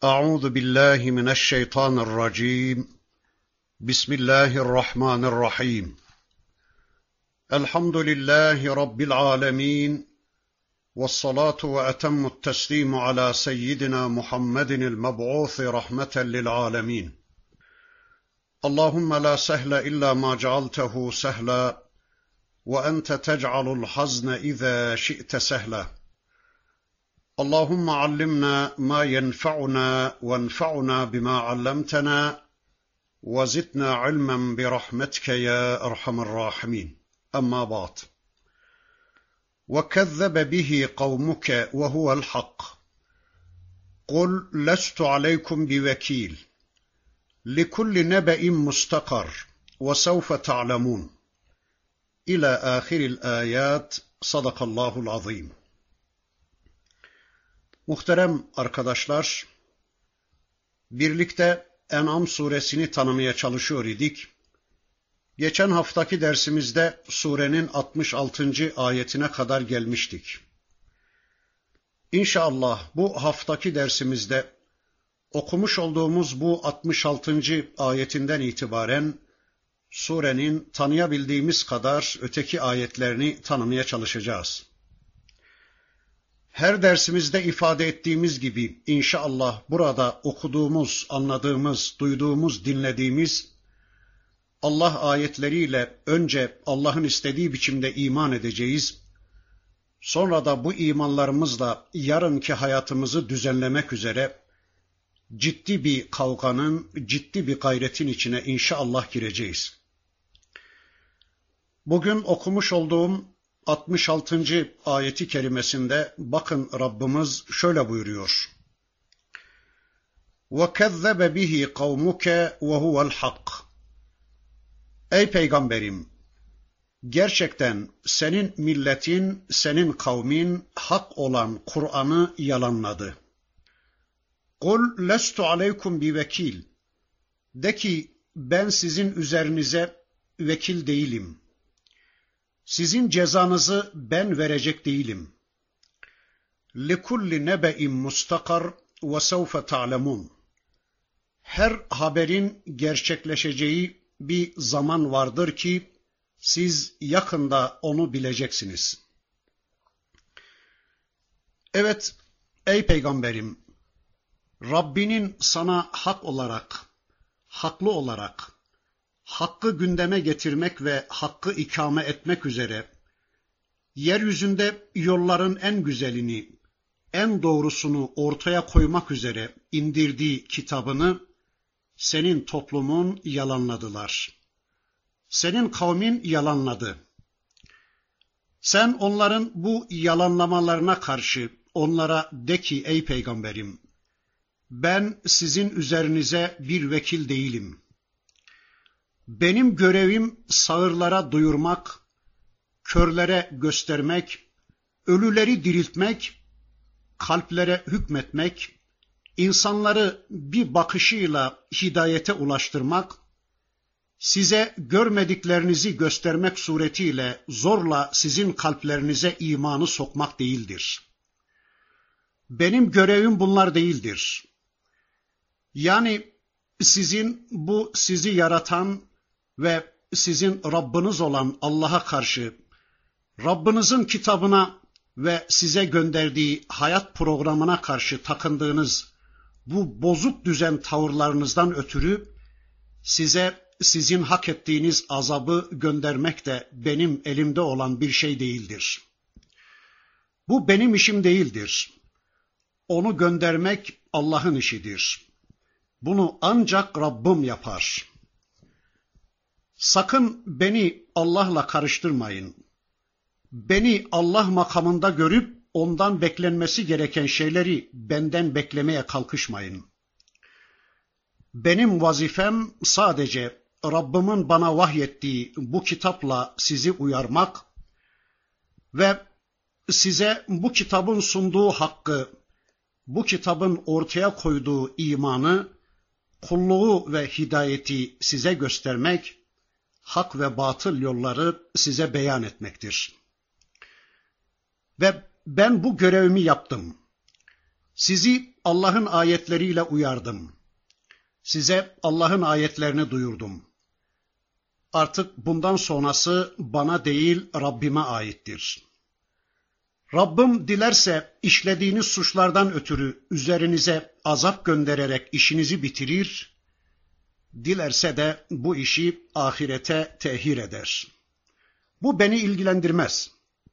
أعوذ بالله من الشيطان الرجيم. بسم الله الرحمن الرحيم. الحمد لله رب العالمين، والصلاة وأتم التسليم على سيدنا محمد المبعوث رحمة للعالمين. اللهم لا سهل إلا ما جعلته سهلا، وأنت تجعل الحزن إذا شئت سهلا. اللهم علمنا ما ينفعنا وانفعنا بما علمتنا، وزدنا علما برحمتك يا أرحم الراحمين. أما بعد. وكذب به قومك وهو الحق، قل لست عليكم بوكيل، لكل نبأ مستقر وسوف تعلمون. إلى آخر الآيات. Sadakallahul azim. Muhterem arkadaşlar, birlikte En'am suresini tanımaya çalışıyor idik. Geçen haftaki dersimizde surenin 66. ayetine kadar gelmiştik. İnşallah bu haftaki dersimizde okumuş olduğumuz bu 66. ayetinden itibaren surenin tanıyabildiğimiz kadar öteki ayetlerini tanımaya çalışacağız. Her dersimizde ifade ettiğimiz gibi inşallah burada okuduğumuz, anladığımız, duyduğumuz, dinlediğimiz Allah ayetleriyle önce Allah'ın istediği biçimde iman edeceğiz. Sonra da bu imanlarımızla yarınki hayatımızı düzenlemek üzere ciddi bir kavganın, ciddi bir gayretin içine inşallah gireceğiz. Bugün okumuş olduğum 66. ayeti kerimesinde bakın Rabbimiz şöyle buyuruyor. وَكَذَّبَ بِهِ قَوْمُكَ وَهُوَ الْحَقِّ. Ey peygamberim, gerçekten senin milletin, senin kavmin hak olan Kur'an'ı yalanladı. قُلْ لَسْتُ عَلَيْكُمْ بِوَكِيلٍ. De ki ben sizin üzerinize vekil değilim. Sizin cezanızı ben verecek değilim. لِكُلِّ نَبَئٍ مُسْتَقَرٍ وَسَوْفَ تَعْلَمُونَ. Her haberin gerçekleşeceği bir zaman vardır ki siz yakında onu bileceksiniz. Evet ey peygamberim, Rabbinin sana hak olarak, haklı olarak, hakkı gündeme getirmek ve hakkı ikame etmek üzere yeryüzünde yolların en güzelini, en doğrusunu ortaya koymak üzere indirdiği kitabını senin toplumun yalanladılar. Senin kavmin yalanladı. Sen onların bu yalanlamalarına karşı onlara de ki ey peygamberim, ben sizin üzerinize bir vekil değilim. Benim görevim sağırlara duyurmak, körlere göstermek, ölüleri diriltmek, kalplere hükmetmek, insanları bir bakışıyla hidayete ulaştırmak, size görmediklerinizi göstermek suretiyle zorla sizin kalplerinize imanı sokmak değildir. Benim görevim bunlar değildir. Yani sizin bu sizi yaratan ve sizin Rabbiniz olan Allah'a karşı, Rabbinizin kitabına ve size gönderdiği hayat programına karşı takındığınız bu bozuk düzen tavırlarınızdan ötürü size sizin hak ettiğiniz azabı göndermek de benim elimde olan bir şey değildir. Bu benim işim değildir. Onu göndermek Allah'ın işidir. Bunu ancak Rabbim yapar. Sakın beni Allah'la karıştırmayın. Beni Allah makamında görüp ondan beklenmesi gereken şeyleri benden beklemeye kalkışmayın. Benim vazifem sadece Rabbimin bana vahyettiği bu kitapla sizi uyarmak ve size bu kitabın sunduğu hakkı, bu kitabın ortaya koyduğu imanı, kulluğu ve hidayeti size göstermek, hak ve batıl yolları size beyan etmektir. Ve ben bu görevimi yaptım. Sizi Allah'ın ayetleriyle uyardım. Size Allah'ın ayetlerini duyurdum. Artık bundan sonrası bana değil Rabbime aittir. Rabbim dilerse işlediğiniz suçlardan ötürü üzerinize azap göndererek işinizi bitirir, dilerse de bu işi ahirete tehir eder. Bu beni ilgilendirmez.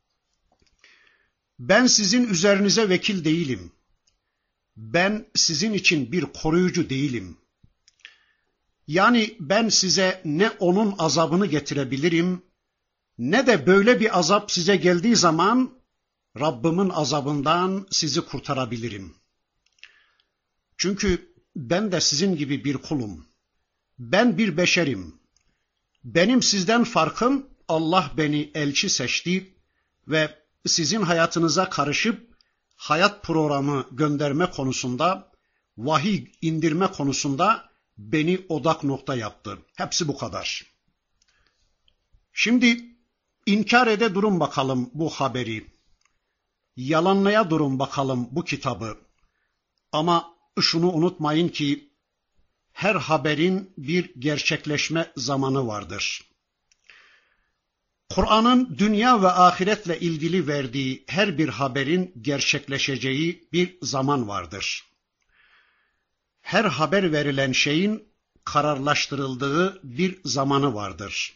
Ben sizin üzerinize vekil değilim. Ben sizin için bir koruyucu değilim. Yani ben size ne onun azabını getirebilirim, ne de böyle bir azap size geldiği zaman Rabbimin azabından sizi kurtarabilirim. Çünkü ben de sizin gibi bir kulum. Ben bir beşerim. Benim sizden farkım Allah beni elçi seçti ve sizin hayatınıza karışıp hayat programı gönderme konusunda, vahiy indirme konusunda beni odak nokta yaptı. Hepsi bu kadar. Şimdi inkar ede durun bakalım bu haberi. Yalanlaya durun bakalım bu kitabı. Ama şunu unutmayın ki her haberin bir gerçekleşme zamanı vardır. Kur'an'ın dünya ve ahiretle ilgili verdiği her bir haberin gerçekleşeceği bir zaman vardır. Her haber verilen şeyin kararlaştırıldığı bir zamanı vardır.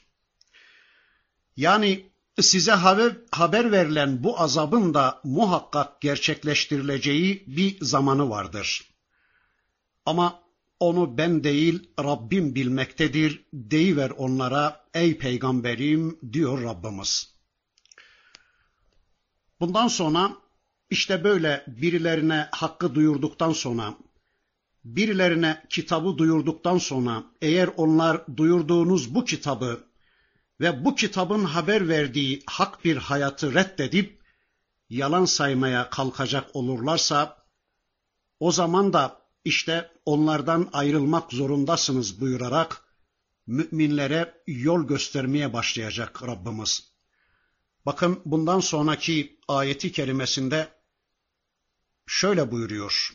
Yani size haber verilen bu azabın da muhakkak gerçekleştirileceği bir zamanı vardır. Ama onu ben değil Rabbim bilmektedir, deyiver onlara ey peygamberim diyor Rabbimiz. Bundan sonra işte böyle birilerine hakkı duyurduktan sonra, birilerine kitabı duyurduktan sonra eğer onlar duyurduğunuz bu kitabı ve bu kitabın haber verdiği hak bir hayatı reddedip yalan saymaya kalkacak olurlarsa o zaman da işte onlardan ayrılmak zorundasınız buyurarak müminlere yol göstermeye başlayacak Rabbimiz. Bakın bundan sonraki ayeti kerimesinde şöyle buyuruyor.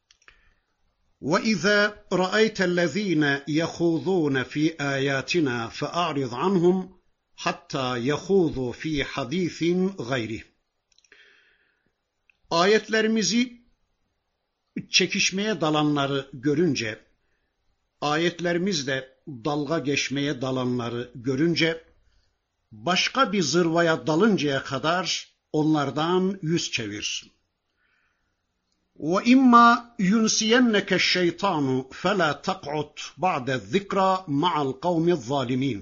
وَإِذَا رَأَيْتَ الَّذ۪ينَ يَخُوضُونَ ف۪ي آيَاتِنَا فَأَعْرِضْ عَنْهُمْ حَتَّى يَخُوضُوا ف۪ي حَد۪يثٍ غَيْرِهِ. Ayetlerimizi çekişmeye dalanları görünce, ayetlerimizle dalga geçmeye dalanları görünce, başka bir zırvaya dalıncaya kadar onlardan yüz çevir. وَإِمَّا يُنْسِيَنَّكَ الشَّيْطَانُ فَلَا تَقْعُدْ بَعْدَ الذِّكْرَى مَعَ الْقَوْمِ الظَّالِمِينَ.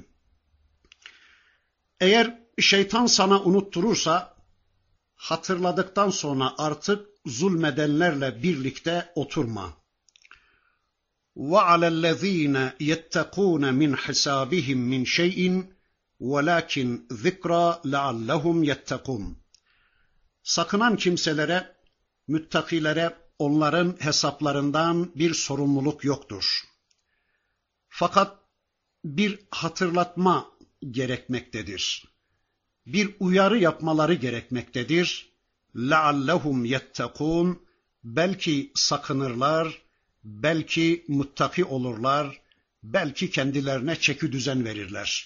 Eğer şeytan sana unutturursa, hatırladıktan sonra artık zulmedenlerle birlikte oturma. وَعَلَى الَّذ۪ينَ يَتَّقُونَ مِنْ حِسَابِهِمْ مِنْ شَيْءٍ وَلَكِنْ ذِكْرَى لَعَلَّهُمْ يَتَّقُونَ. Sakınan kimselere, müttakilere onların hesaplarından bir sorumluluk yoktur. Fakat bir hatırlatma gerekmektedir. Bir uyarı yapmaları gerekmektedir. لَعَلَّهُمْ يَتَّقُونَ. Belki sakınırlar, belki muttaki olurlar, belki kendilerine çeki düzen verirler.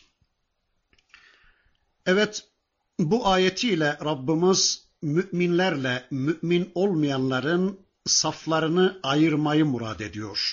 Evet, bu ayetiyle Rabbimiz müminlerle mümin olmayanların saflarını ayırmayı murad ediyor.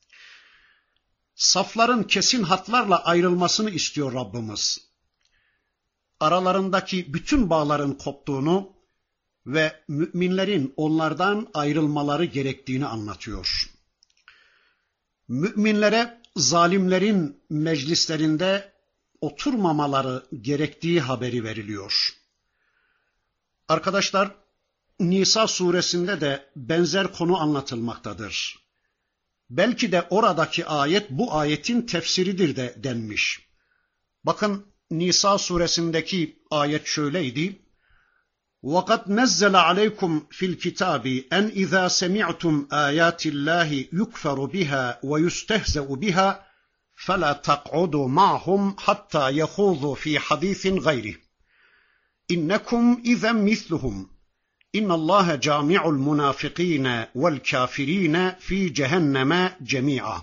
Safların kesin hatlarla ayrılmasını istiyor Rabbimiz. Aralarındaki bütün bağların koptuğunu ve müminlerin onlardan ayrılmaları gerektiğini anlatıyor. Müminlere zalimlerin meclislerinde oturmamaları gerektiği haberi veriliyor. Arkadaşlar, Nisa suresinde de benzer konu anlatılmaktadır. Belki de oradaki ayet bu ayetin tefsiridir de denmiş. Bakın Nisa suresindeki ayet şöyleydi. وَقَدْ نَزَّلَ عَلَيْكُمْ فِي الْكِتَابِ أَنْ إِذَا سَمِعْتُمْ آيَاتِ اللّٰهِ يُكْفَرُ بِهَا وَيُسْتَهْزَأُ بِهَا فَلَا تَقْعُدُوا مَعْهُمْ حَتَّى يَخُوضُوا فِي حَدِيثٍ غَيْرِهِ إِنَّكُمْ إِذًا مِثْلُهُمْ İnnallâhe câmi'ul münâfikîne vel kâfirîne fî cehenneme cemî'a.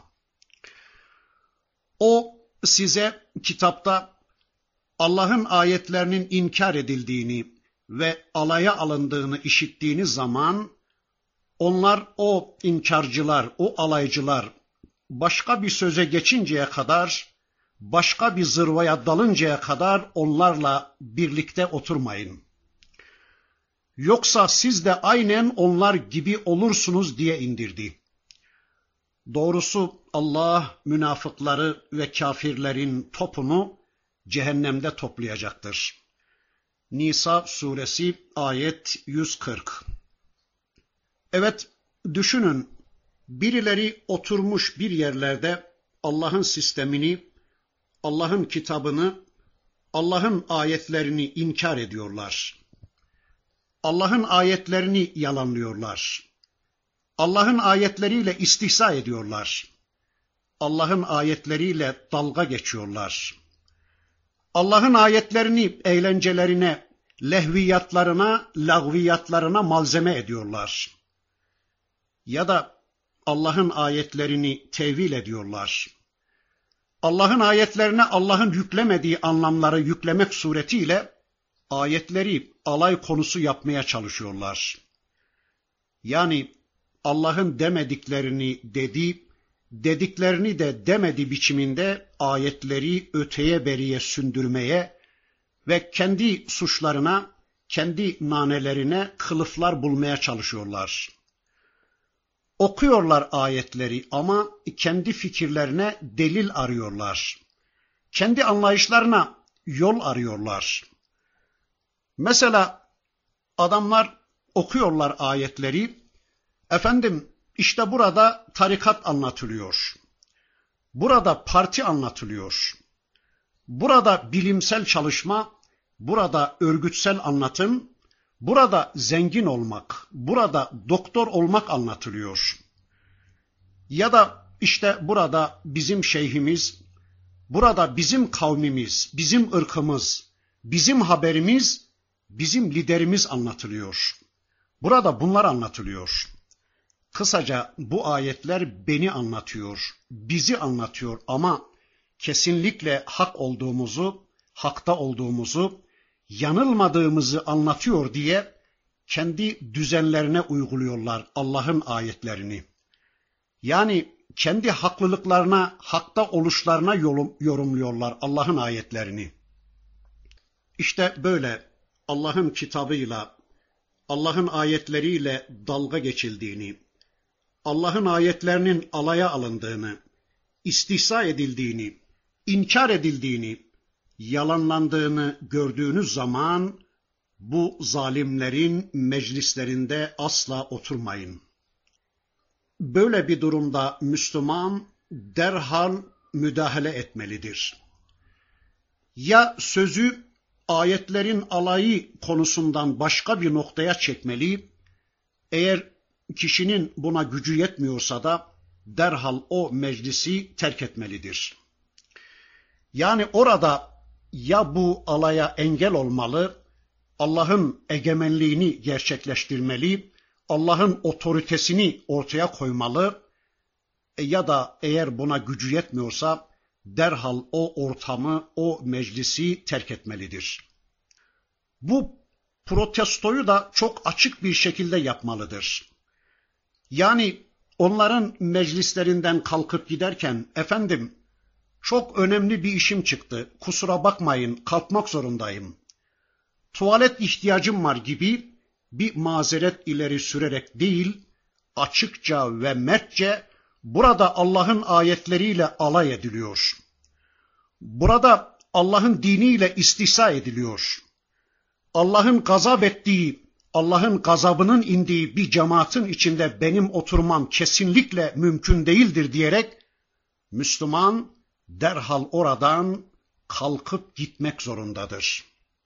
O size kitapta Allah'ın ayetlerinin inkar edildiğini ve alaya alındığını işittiğiniz zaman onlar, o inkarcılar, o alaycılar başka bir söze geçinceye kadar, başka bir zırvaya dalıncaya kadar onlarla birlikte oturmayın. Yoksa siz de aynen onlar gibi olursunuz diye indirdi. Doğrusu Allah münafıkları ve kafirlerin topunu cehennemde toplayacaktır. Nisa suresi ayet 140. Evet, düşünün, birileri oturmuş bir yerlerde Allah'ın sistemini, Allah'ın kitabını, Allah'ın ayetlerini inkar ediyorlar. Allah'ın ayetlerini yalanlıyorlar. Allah'ın ayetleriyle istihza ediyorlar. Allah'ın ayetleriyle dalga geçiyorlar. Allah'ın ayetlerini eğlencelerine, lehviyatlarına, lagviyatlarına malzeme ediyorlar. Ya da Allah'ın ayetlerini tevil ediyorlar. Allah'ın ayetlerine Allah'ın yüklemediği anlamları yüklemek suretiyle ayetleri alay konusu yapmaya çalışıyorlar. Yani Allah'ın demediklerini dedi, dediklerini de demedi biçiminde ayetleri öteye beriye sündürmeye ve kendi suçlarına, kendi nanelerine kılıflar bulmaya çalışıyorlar. Okuyorlar ayetleri ama kendi fikirlerine delil arıyorlar. Kendi anlayışlarına yol arıyorlar. Mesela adamlar okuyorlar ayetleri. Efendim, işte burada tarikat anlatılıyor. Burada parti anlatılıyor. Burada bilimsel çalışma, burada örgütsel anlatım, burada zengin olmak, burada doktor olmak anlatılıyor. Ya da işte burada bizim şeyhimiz, burada bizim kavmimiz, bizim ırkımız, bizim haberimiz, bizim liderimiz anlatılıyor. Burada bunlar anlatılıyor. Kısaca bu ayetler beni anlatıyor, bizi anlatıyor ama kesinlikle hak olduğumuzu, hakta olduğumuzu, yanılmadığımızı anlatıyor diye kendi düzenlerine uyguluyorlar Allah'ın ayetlerini. Yani kendi haklılıklarına, hakta oluşlarına yorumluyorlar Allah'ın ayetlerini. İşte böyle Allah'ın kitabıyla, Allah'ın ayetleriyle dalga geçildiğini, Allah'ın ayetlerinin alaya alındığını, istihza edildiğini, inkar edildiğini, yalanlandığını gördüğünüz zaman bu zalimlerin meclislerinde asla oturmayın. Böyle bir durumda Müslüman derhal müdahale etmelidir. Ya sözü ayetlerin alayı konusundan başka bir noktaya çekmeli, eğer kişinin buna gücü yetmiyorsa da derhal o meclisi terk etmelidir. Yani orada ya bu alaya engel olmalı, Allah'ın egemenliğini gerçekleştirmeli, Allah'ın otoritesini ortaya koymalı ya da eğer buna gücü yetmiyorsa derhal o ortamı, o meclisi terk etmelidir. Bu protestoyu da çok açık bir şekilde yapmalıdır. Yani onların meclislerinden kalkıp giderken, efendim çok önemli bir işim çıktı, kusura bakmayın kalkmak zorundayım, tuvalet ihtiyacım var gibi bir mazeret ileri sürerek değil, açıkça ve mertçe burada Allah'ın ayetleriyle alay ediliyor. Burada Allah'ın diniyle istihza ediliyor. Allah'ın gazap ettiği, Allah'ın gazabının indiği bir cemaatin içinde benim oturmam kesinlikle mümkün değildir diyerek Müslüman derhal oradan kalkıp gitmek zorundadır.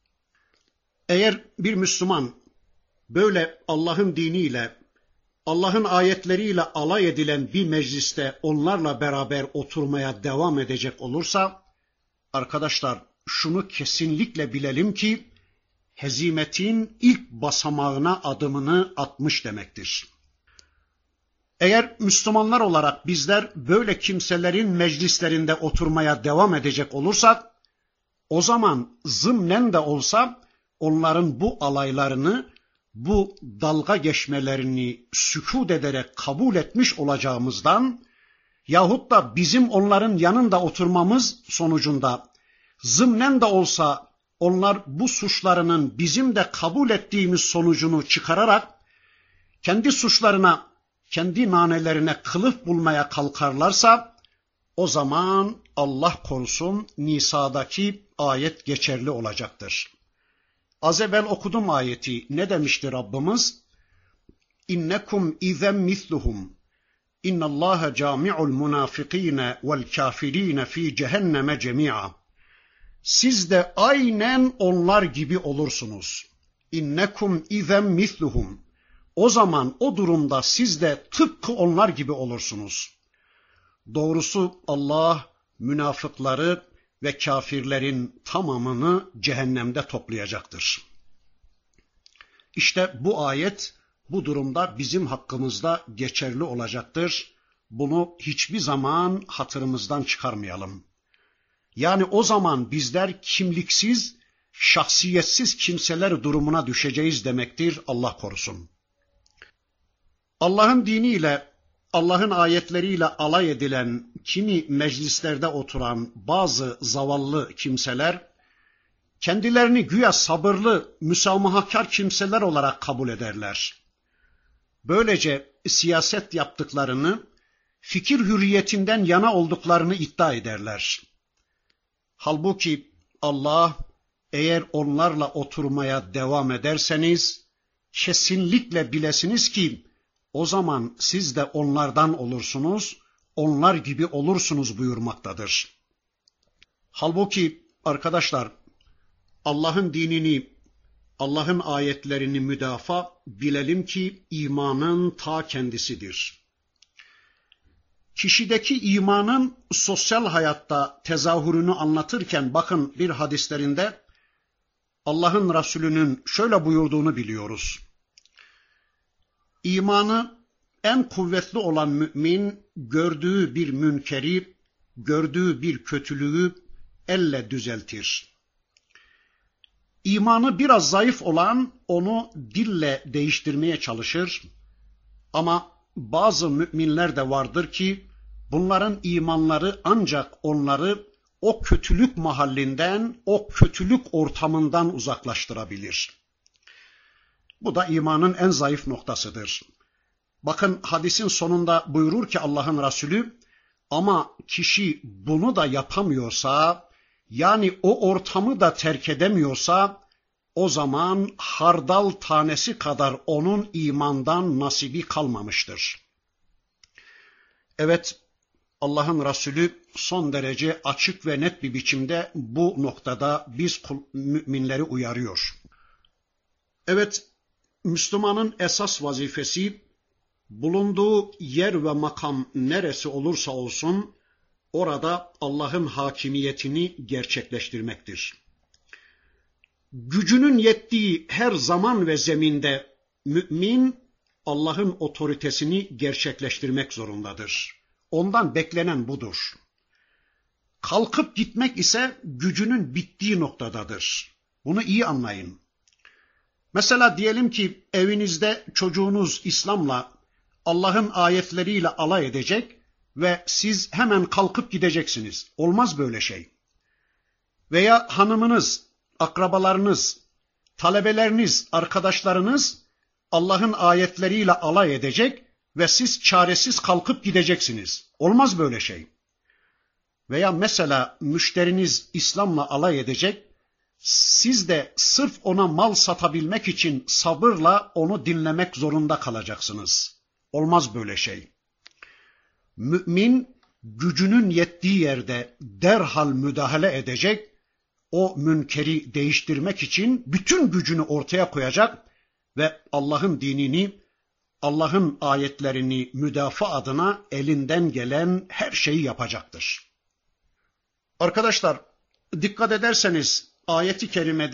Eğer bir Müslüman böyle Allah'ın diniyle, Allah'ın ayetleriyle alay edilen bir mecliste onlarla beraber oturmaya devam edecek olursa, arkadaşlar şunu kesinlikle bilelim ki, hezimetin ilk basamağına adımını atmış demektir. Eğer Müslümanlar olarak bizler böyle kimselerin meclislerinde oturmaya devam edecek olursak, o zaman zımnen de olsa onların bu alaylarını, bu dalga geçmelerini sükût ederek kabul etmiş olacağımızdan yahut da bizim onların yanında oturmamız sonucunda zımnen de olsa onlar bu suçlarının bizim de kabul ettiğimiz sonucunu çıkararak kendi suçlarına, kendi nanelerine kılıf bulmaya kalkarlarsa o zaman Allah korusun Nisa'daki ayet geçerli olacaktır. Az evvel okudum ayeti. Ne demişti Rabbimiz? İnnekum izen misluhum. İnnallâhe câmi'ul münâfikîne vel kâfirîne fî cehenneme cemî'a. Siz de aynen onlar gibi olursunuz. İnnekum izen misluhum. O zaman o durumda siz de tıpkı onlar gibi olursunuz. Doğrusu Allah münafıkları ve kafirlerin tamamını cehennemde toplayacaktır. İşte bu ayet bu durumda bizim hakkımızda geçerli olacaktır. Bunu hiçbir zaman hatırımızdan çıkarmayalım. Yani o zaman bizler kimliksiz, şahsiyetsiz kimseler durumuna düşeceğiz demektir, Allah korusun. Allah'ın diniyle, Allah'ın ayetleriyle alay edilen, kimi meclislerde oturan bazı zavallı kimseler, kendilerini güya sabırlı, müsamahakar kimseler olarak kabul ederler. Böylece siyaset yaptıklarını, fikir hürriyetinden yana olduklarını iddia ederler. Halbuki Allah, eğer onlarla oturmaya devam ederseniz, kesinlikle bilesiniz ki, o zaman siz de onlardan olursunuz, onlar gibi olursunuz buyurmaktadır. Halbuki arkadaşlar, Allah'ın dinini, Allah'ın ayetlerini müdafaa bilelim ki imanın ta kendisidir. Kişideki imanın sosyal hayatta tezahürünü anlatırken bakın bir hadislerinde Allah'ın Resulü'nün şöyle buyurduğunu biliyoruz. İmanı en kuvvetli olan mümin gördüğü bir münkeri, gördüğü bir kötülüğü elle düzeltir. İmanı biraz zayıf olan onu dille değiştirmeye çalışır. Ama bazı müminler de vardır ki bunların imanları ancak onları o kötülük mahallinden, o kötülük ortamından uzaklaştırabilir. Bu da imanın en zayıf noktasıdır. Bakın hadisin sonunda buyurur ki Allah'ın Resulü, ama kişi bunu da yapamıyorsa, yani o ortamı da terk edemiyorsa, o zaman hardal tanesi kadar onun imandan nasibi kalmamıştır. Evet, Allah'ın Resulü son derece açık ve net bir biçimde bu noktada biz müminleri uyarıyor. Evet, Müslümanın esas vazifesi, bulunduğu yer ve makam neresi olursa olsun, orada Allah'ın hakimiyetini gerçekleştirmektir. Gücünün yettiği her zaman ve zeminde mümin, Allah'ın otoritesini gerçekleştirmek zorundadır. Ondan beklenen budur. Kalkıp gitmek ise gücünün bittiği noktadadır. Bunu iyi anlayın. Mesela diyelim ki evinizde çocuğunuz İslam'la, Allah'ın ayetleriyle alay edecek ve siz hemen kalkıp gideceksiniz. Olmaz böyle şey. Veya hanımınız, akrabalarınız, talebeleriniz, arkadaşlarınız Allah'ın ayetleriyle alay edecek ve siz çaresiz kalkıp gideceksiniz. Olmaz böyle şey. Veya mesela müşteriniz İslam'la alay edecek, siz de sırf ona mal satabilmek için sabırla onu dinlemek zorunda kalacaksınız. Olmaz böyle şey. Mümin gücünün yettiği yerde derhal müdahale edecek, o münkeri değiştirmek için bütün gücünü ortaya koyacak ve Allah'ın dinini, Allah'ın ayetlerini müdafaa adına elinden gelen her şeyi yapacaktır. Arkadaşlar, dikkat ederseniz ayeti kerimede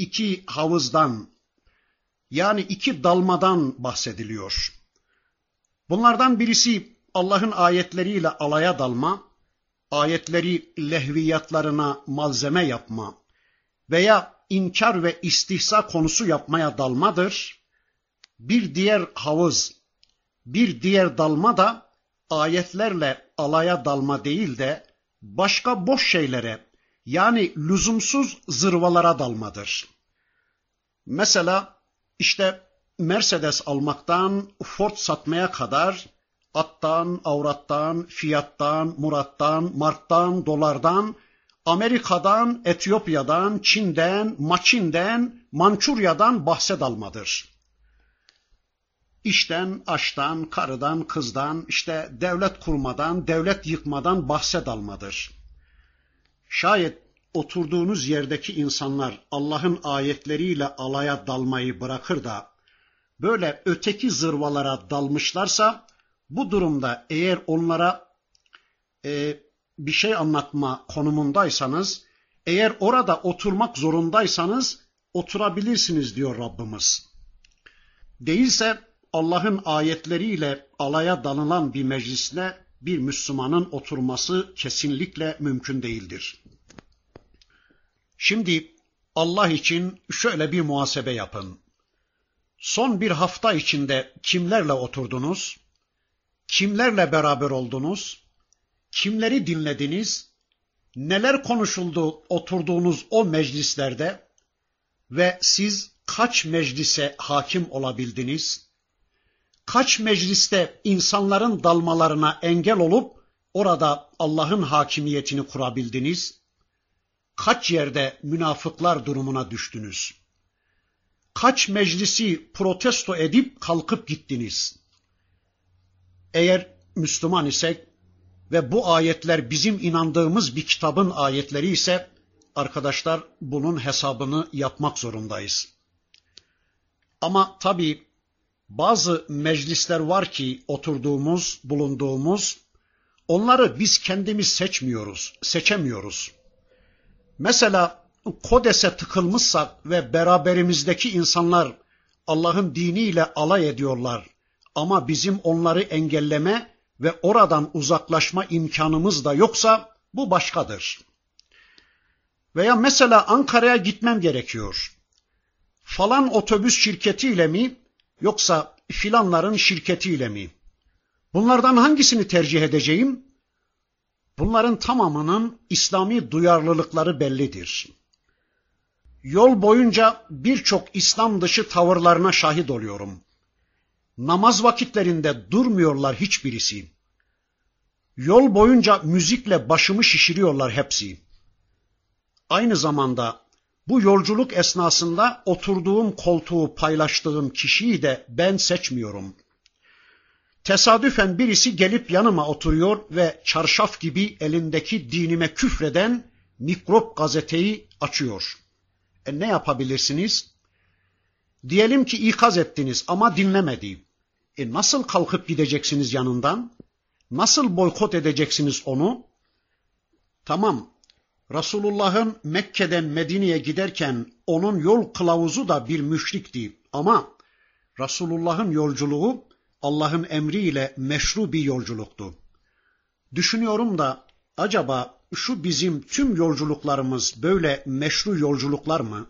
iki havuzdan, yani iki dalmadan bahsediliyor. Bunlardan birisi Allah'ın ayetleriyle alaya dalma, ayetleri lehviyatlarına malzeme yapma veya inkar ve istihza konusu yapmaya dalmadır. Bir diğer havuz, bir diğer dalma da ayetlerle alaya dalma değil de başka boş şeylere, yani lüzumsuz zırvalara dalmadır. Mesela işte Mercedes almaktan Ford satmaya kadar attan, avrattan, fiyattan, murattan, marktan, dolardan, Amerika'dan, Etiyopya'dan, Çin'den, Maçin'den, Mançurya'dan bahse dalmadır. İşten, aştan, karıdan, kızdan, işte devlet kurmadan, devlet yıkmadan bahse dalmadır. Şayet oturduğunuz yerdeki insanlar Allah'ın ayetleriyle alaya dalmayı bırakır da böyle öteki zırvalara dalmışlarsa, bu durumda eğer onlara bir şey anlatma konumundaysanız, eğer orada oturmak zorundaysanız oturabilirsiniz diyor Rabbimiz. Değilse Allah'ın ayetleriyle alaya dalınan bir meclisine bir Müslümanın oturması kesinlikle mümkün değildir. Şimdi Allah için şöyle bir muhasebe yapın. Son bir hafta içinde kimlerle oturdunuz? Kimlerle beraber oldunuz? Kimleri dinlediniz? Neler konuşuldu oturduğunuz o meclislerde? Ve siz kaç meclise hakim olabildiniz? Kaç mecliste insanların dalmalarına engel olup orada Allah'ın hakimiyetini kurabildiniz? Kaç yerde münafıklar durumuna düştünüz? Kaç meclisi protesto edip kalkıp gittiniz? Eğer Müslüman isek ve bu ayetler bizim inandığımız bir kitabın ayetleri ise, arkadaşlar bunun hesabını yapmak zorundayız. Ama tabii bazı meclisler var ki oturduğumuz, bulunduğumuz, onları biz kendimiz seçemiyoruz. Mesela Kodes'e tıkılmışsak ve beraberimizdeki insanlar Allah'ın diniyle alay ediyorlar ama bizim onları engelleme ve oradan uzaklaşma imkanımız da yoksa bu başkadır. Veya mesela Ankara'ya gitmem gerekiyor. Falan otobüs şirketiyle mi yoksa filanların şirketiyle mi? Bunlardan hangisini tercih edeceğim? Bunların tamamının İslami duyarlılıkları bellidir. Yol boyunca birçok İslam dışı tavırlarına şahit oluyorum. Namaz vakitlerinde durmuyorlar hiçbirisi. Yol boyunca müzikle başımı şişiriyorlar hepsi. Aynı zamanda bu yolculuk esnasında oturduğum koltuğu paylaştığım kişiyi de ben seçmiyorum. Tesadüfen birisi gelip yanıma oturuyor ve çarşaf gibi elindeki dinime küfreden mikrop gazeteyi açıyor. Ne yapabilirsiniz? Diyelim ki ikaz ettiniz ama dinlemedi. Nasıl kalkıp gideceksiniz yanından? Nasıl boykot edeceksiniz onu? Tamam, Resulullah'ın Mekke'den Medine'ye giderken onun yol kılavuzu da bir müşrikti. Ama Resulullah'ın yolculuğu Allah'ın emriyle meşru bir yolculuktu. Düşünüyorum da acaba şu bizim tüm yolculuklarımız böyle meşru yolculuklar mı?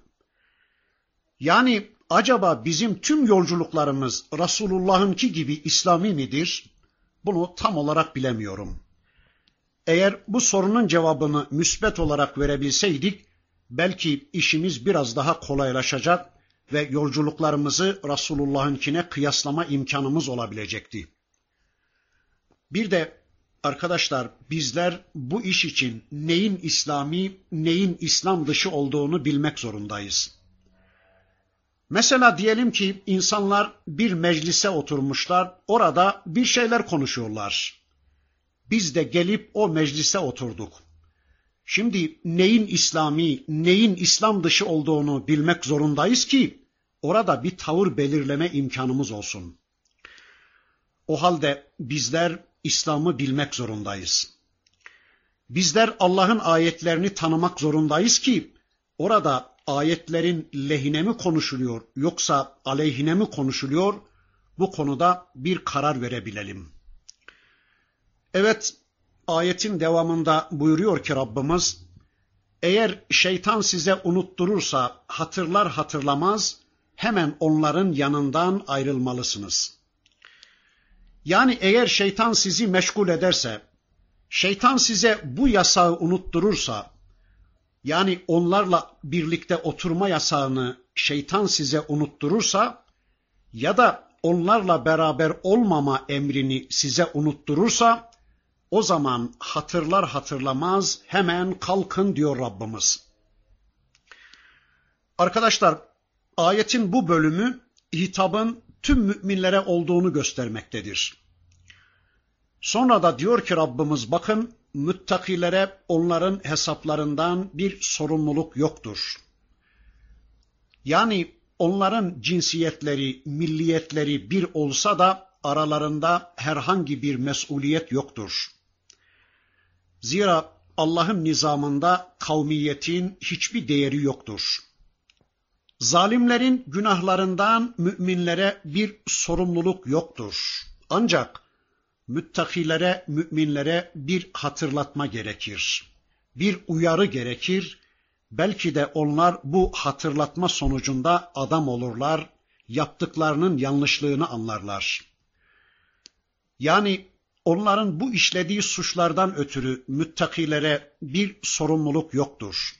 Yani acaba bizim tüm yolculuklarımız Resulullah'ınki gibi İslami midir? Bunu tam olarak bilemiyorum. Eğer bu sorunun cevabını müsbet olarak verebilseydik, belki işimiz biraz daha kolaylaşacak ve yolculuklarımızı Resulullah'ınkine kıyaslama imkanımız olabilecekti. Bir de arkadaşlar bizler bu iş için neyin İslami, neyin İslam dışı olduğunu bilmek zorundayız. Mesela diyelim ki insanlar bir meclise oturmuşlar, orada bir şeyler konuşuyorlar. Biz de gelip o meclise oturduk. Şimdi neyin İslami, neyin İslam dışı olduğunu bilmek zorundayız ki orada bir tavır belirleme imkanımız olsun. O halde bizler İslam'ı bilmek zorundayız. Bizler Allah'ın ayetlerini tanımak zorundayız ki orada ayetlerin lehine mi konuşuluyor yoksa aleyhine mi konuşuluyor? Bu konuda bir karar verebilelim. Evet, ayetin devamında buyuruyor ki Rabbimiz, eğer şeytan size unutturursa hatırlar hatırlamaz hemen onların yanından ayrılmalısınız. Yani eğer şeytan sizi meşgul ederse, şeytan size bu yasağı unutturursa, yani onlarla birlikte oturma yasağını şeytan size unutturursa ya da onlarla beraber olmama emrini size unutturursa, o zaman hatırlar hatırlamaz hemen kalkın diyor Rabbimiz. Arkadaşlar, ayetin bu bölümü hitabın tüm müminlere olduğunu göstermektedir. Sonra da diyor ki Rabbimiz, bakın, müttakilere onların hesaplarından bir sorumluluk yoktur. Yani onların cinsiyetleri, milliyetleri bir olsa da aralarında herhangi bir mesuliyet yoktur. Zira Allah'ın nizamında kavmiyetin hiçbir değeri yoktur. Zalimlerin günahlarından müminlere bir sorumluluk yoktur. Ancak müttakilere, müminlere bir hatırlatma gerekir. Bir uyarı gerekir. Belki de onlar bu hatırlatma sonucunda adam olurlar, yaptıklarının yanlışlığını anlarlar. Yani onların bu işlediği suçlardan ötürü müttakilere bir sorumluluk yoktur.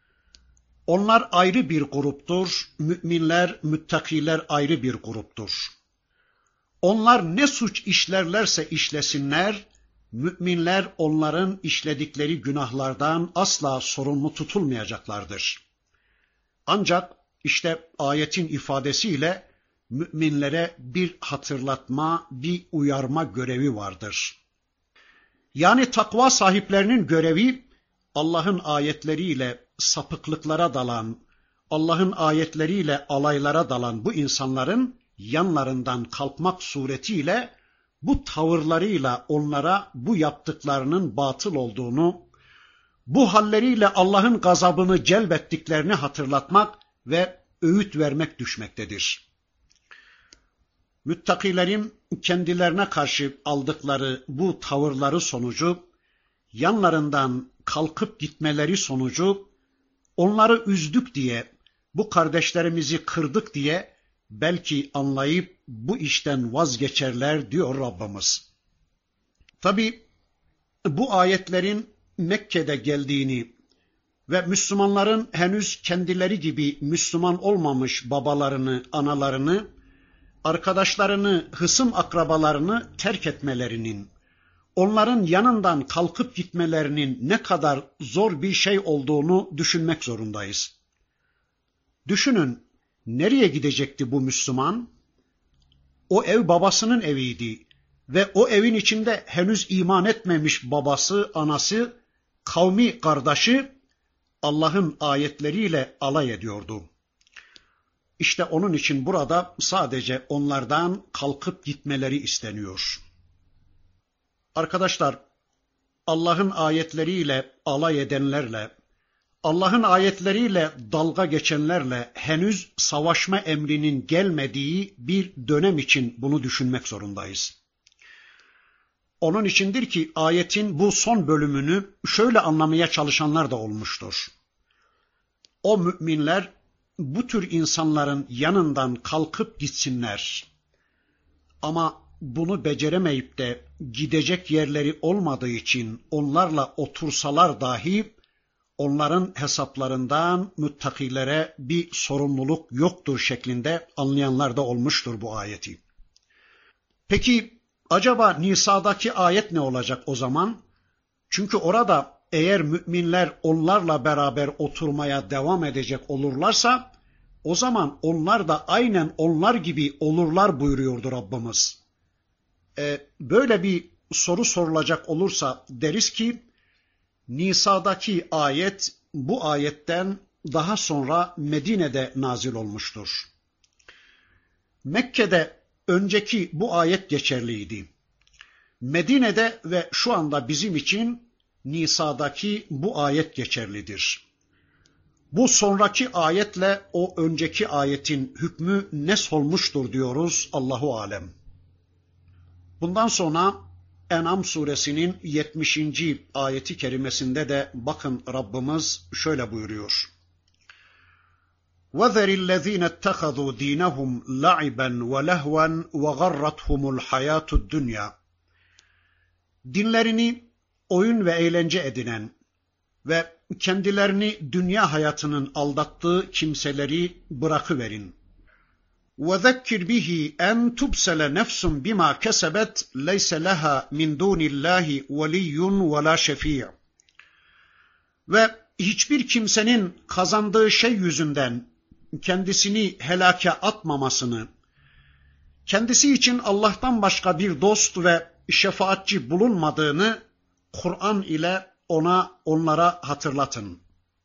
Onlar ayrı bir gruptur, müminler, müttakiler ayrı bir gruptur. Onlar ne suç işlerlerse işlesinler, müminler onların işledikleri günahlardan asla sorumlu tutulmayacaklardır. Ancak işte ayetin ifadesiyle müminlere bir hatırlatma, bir uyarma görevi vardır. Yani takva sahiplerinin görevi, Allah'ın ayetleriyle sapıklıklara dalan, Allah'ın ayetleriyle alaylara dalan bu insanların yanlarından kalkmak suretiyle bu tavırlarıyla onlara bu yaptıklarının batıl olduğunu, bu halleriyle Allah'ın gazabını celbettiklerini hatırlatmak ve öğüt vermek düşmektedir. Müttakilerin kendilerine karşı aldıkları bu tavırları sonucu, yanlarından kalkıp gitmeleri sonucu, onları üzdük diye, bu kardeşlerimizi kırdık diye belki anlayıp bu işten vazgeçerler diyor Rabbimiz. Tabi bu ayetlerin Mekke'de geldiğini ve Müslümanların henüz kendileri gibi Müslüman olmamış babalarını, analarını, arkadaşlarını, hısım akrabalarını terk etmelerinin, onların yanından kalkıp gitmelerinin ne kadar zor bir şey olduğunu düşünmek zorundayız. Düşünün, nereye gidecekti bu Müslüman? O ev babasının eviydi ve o evin içinde henüz iman etmemiş babası, anası, kavmi kardeşi Allah'ın ayetleriyle alay ediyordu. İşte onun için burada sadece onlardan kalkıp gitmeleri isteniyor. Arkadaşlar, Allah'ın ayetleriyle alay edenlerle, Allah'ın ayetleriyle dalga geçenlerle henüz savaşma emrinin gelmediği bir dönem için bunu düşünmek zorundayız. Onun içindir ki ayetin bu son bölümünü şöyle anlamaya çalışanlar da olmuştur. O müminler bu tür insanların yanından kalkıp gitsinler. Ama bunu beceremeyip de gidecek yerleri olmadığı için onlarla otursalar dahi onların hesaplarından müttakilere bir sorumluluk yoktur şeklinde anlayanlar da olmuştur bu ayeti. Peki acaba Nisa'daki ayet ne olacak o zaman? Çünkü orada eğer müminler onlarla beraber oturmaya devam edecek olurlarsa o zaman onlar da aynen onlar gibi olurlar buyuruyordu Rabbimiz. Böyle bir soru sorulacak olursa deriz ki Nisa'daki ayet bu ayetten daha sonra Medine'de nazil olmuştur. Mekke'de önceki bu ayet geçerliydi. Medine'de ve şu anda bizim için Nisa'daki bu ayet geçerlidir. Bu sonraki ayetle o önceki ayetin hükmü nesholmuştur diyoruz, Allahu alem. Bundan sonra En'am suresinin 70. ayeti kerimesinde de bakın Rabbimiz şöyle buyuruyor. وَذَرِ الَّذ۪ينَ اتَّخَذُوا د۪ينَهُمْ لَعِبًا وَلَهْوًا وَغَرَّتْهُمُ الْحَيَاةُ الدُّنْيَا. Dinlerini oyun ve eğlence edinen ve kendilerini dünya hayatının aldattığı kimseleri bırakıverin. وَذَكِّرْ بِهِ اَنْ تُبْسَلَ نَفْسٌ بِمَا كَسَبَتْ لَيْسَ لَهَا مِنْ دُونِ اللّٰهِ وَلِيٌّ وَلَا شَفِيعٌ. Ve hiçbir kimsenin kazandığı şey yüzünden kendisini helake atmamasını, kendisi için Allah'tan başka bir dost ve şefaatçi bulunmadığını Kur'an ile onlara hatırlatın.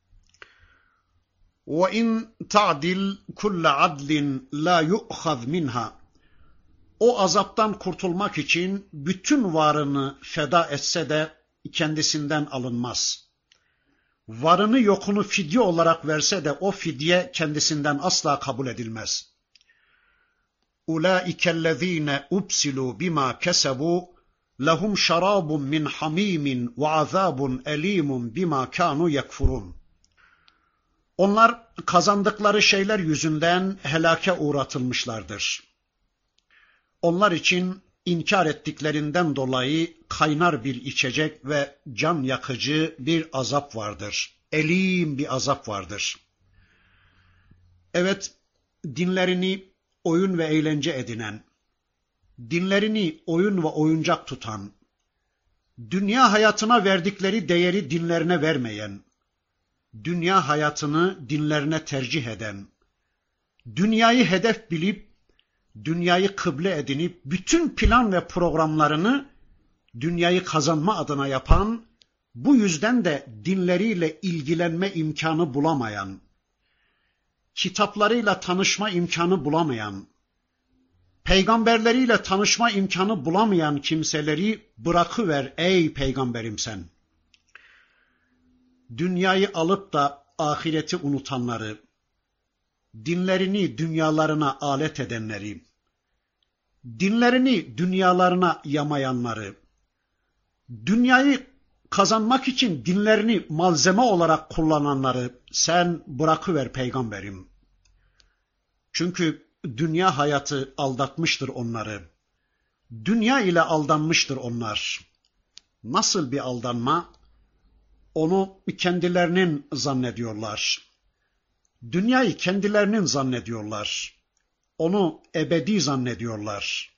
وَاِنْ تَعْدِلْ كُلَّ عَدْلٍ لَا يُؤْخَذْ مِنْهَا. O azaptan kurtulmak için bütün varını feda etse de kendisinden alınmaz. Varını yokunu fidye olarak verse de o fidye kendisinden asla kabul edilmez. اُولَٰئِكَ الَّذ۪ينَ اُبْسِلُوا بِمَا كَسَبُوا لَهُمْ شَرَابٌ مِّنْ حَم۪يمٍ وَعَذَابٌ اَل۪يمٌ بِمَا كَانُوا يَكْفُرُونَ. Onlar kazandıkları şeyler yüzünden helake uğratılmışlardır. Onlar için inkar ettiklerinden dolayı kaynar bir içecek ve can yakıcı bir azap vardır. Elim bir azap vardır. Evet, dinlerini oyun ve eğlence edinen, dinlerini oyun ve oyuncak tutan, dünya hayatına verdikleri değeri dinlerine vermeyen, dünya hayatını dinlerine tercih eden, dünyayı hedef bilip, dünyayı kıble edinip, bütün plan ve programlarını dünyayı kazanma adına yapan, bu yüzden de dinleriyle ilgilenme imkanı bulamayan, kitaplarıyla tanışma imkanı bulamayan, peygamberleriyle tanışma imkanı bulamayan kimseleri bırakıver ey peygamberim sen. Dünyayı alıp da ahireti unutanları, dinlerini dünyalarına alet edenleri, dinlerini dünyalarına yamayanları, dünyayı kazanmak için dinlerini malzeme olarak kullananları sen bırakıver peygamberim. Çünkü dünya hayatı aldatmıştır onları. Dünya ile aldanmıştır onlar. Nasıl bir aldanma? Onu kendilerinin zannediyorlar. Dünyayı kendilerinin zannediyorlar. Onu ebedi zannediyorlar.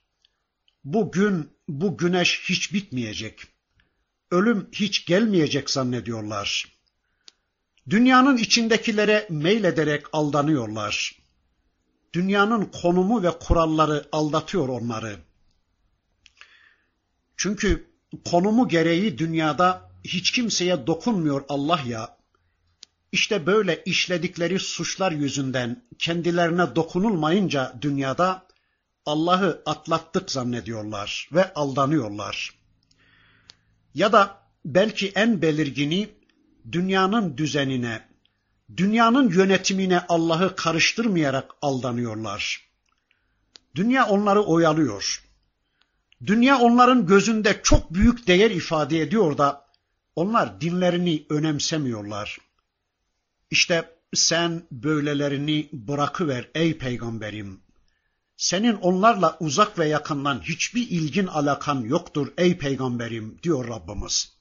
Bu güneş hiç bitmeyecek. Ölüm hiç gelmeyecek zannediyorlar. Dünyanın içindekilere meylederek aldanıyorlar. Dünyanın konumu ve kuralları aldatıyor onları. Çünkü konumu gereği dünyada hiç kimseye dokunmuyor Allah ya. İşte böyle işledikleri suçlar yüzünden kendilerine dokunulmayınca dünyada Allah'ı atlattık zannediyorlar ve aldanıyorlar. Ya da belki en belirgini dünyanın düzenine, dünyanın yönetimine Allah'ı karıştırmayarak aldanıyorlar. Dünya onları oyalıyor. Dünya onların gözünde çok büyük değer ifade ediyor da onlar dinlerini önemsemiyorlar. İşte sen böylelerini bırakıver ey peygamberim. Senin onlarla uzak ve yakından hiçbir ilgin alakan yoktur ey peygamberim diyor Rabbimiz.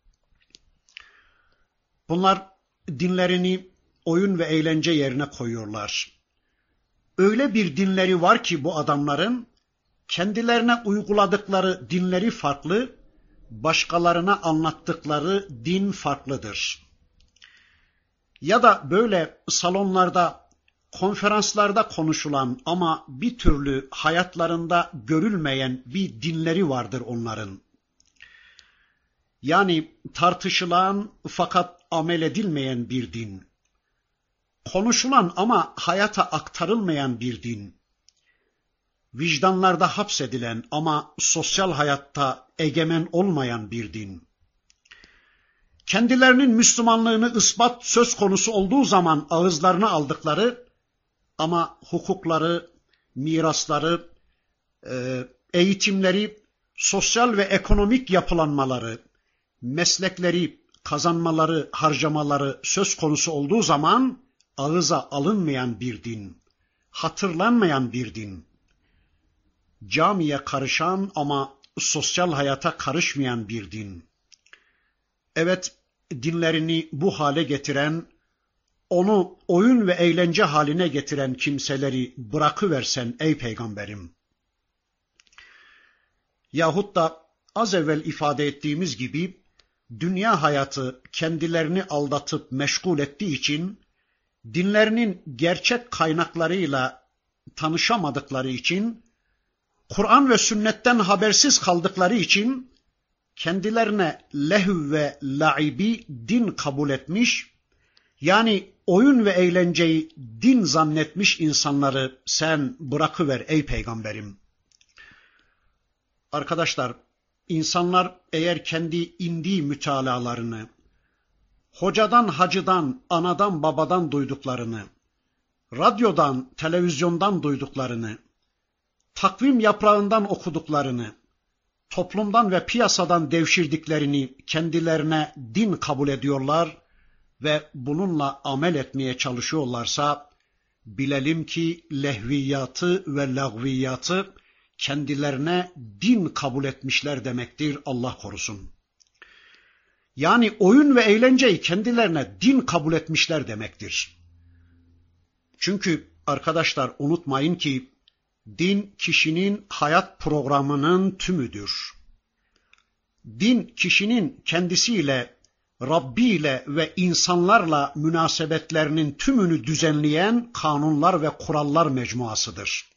Bunlar dinlerini oyun ve eğlence yerine koyuyorlar. Öyle bir dinleri var ki bu adamların kendilerine uyguladıkları dinleri farklı, başkalarına anlattıkları din farklıdır. Ya da böyle salonlarda, konferanslarda konuşulan ama bir türlü hayatlarında görülmeyen bir dinleri vardır onların. Yani tartışılan fakat amel edilmeyen bir din. Konuşulan ama hayata aktarılmayan bir din. Vicdanlarda hapsedilen ama sosyal hayatta egemen olmayan bir din. kendilerinin Müslümanlığını ispat söz konusu olduğu zaman ağızlarına aldıkları ama hukukları, mirasları, eğitimleri, sosyal ve ekonomik yapılanmaları, meslekleri, kazanmaları, harcamaları söz konusu olduğu zaman ağıza alınmayan bir din, hatırlanmayan bir din, camiye karışan ama sosyal hayata karışmayan bir din. Evet, dinlerini bu hale getiren, onu oyun ve eğlence haline getiren kimseleri bırakıversen ey peygamberim. Yahut da az evvel ifade ettiğimiz gibi dünya hayatı kendilerini aldatıp meşgul ettiği için, dinlerinin gerçek kaynaklarıyla tanışamadıkları için, Kur'an ve sünnetten habersiz kaldıkları için kendilerine lehv ve laibi din kabul etmiş, yani oyun ve eğlenceyi din zannetmiş insanları sen bırakıver ey peygamberim. Arkadaşlar, insanlar eğer kendi indi mütalalarını, hocadan, hacıdan, anadan, babadan duyduklarını, radyodan, televizyondan duyduklarını, takvim yaprağından okuduklarını, toplumdan ve piyasadan devşirdiklerini kendilerine din kabul ediyorlar ve bununla amel etmeye çalışıyorlarsa, bilelim ki lehviyatı ve lagviyatı kendilerine din kabul etmişler demektir, Allah korusun. Yani oyun ve eğlenceyi kendilerine din kabul etmişler demektir. Çünkü arkadaşlar unutmayın ki din kişinin hayat programının tümüdür. Din kişinin kendisiyle, Rabbi ile ve insanlarla münasebetlerinin tümünü düzenleyen kanunlar ve kurallar mecmuasıdır.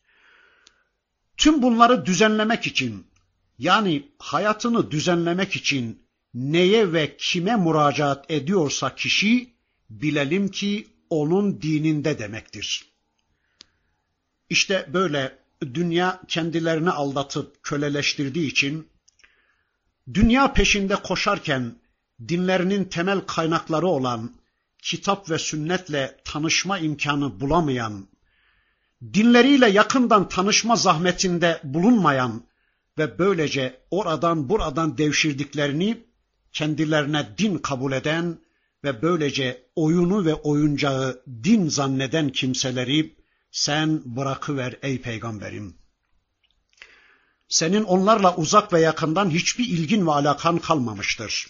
Tüm bunları düzenlemek için, yani hayatını düzenlemek için neye ve kime müracaat ediyorsa kişi, bilelim ki onun dininde demektir. İşte böyle dünya kendilerini aldatıp köleleştirdiği için, dünya peşinde koşarken dinlerinin temel kaynakları olan kitap ve sünnetle tanışma imkanı bulamayan, dinleriyle yakından tanışma zahmetinde bulunmayan ve böylece oradan buradan devşirdiklerini kendilerine din kabul eden ve böylece oyunu ve oyuncağı din zanneden kimseleri sen bırakıver ey peygamberim. Senin onlarla uzak ve yakından hiçbir ilgin ve alakan kalmamıştır.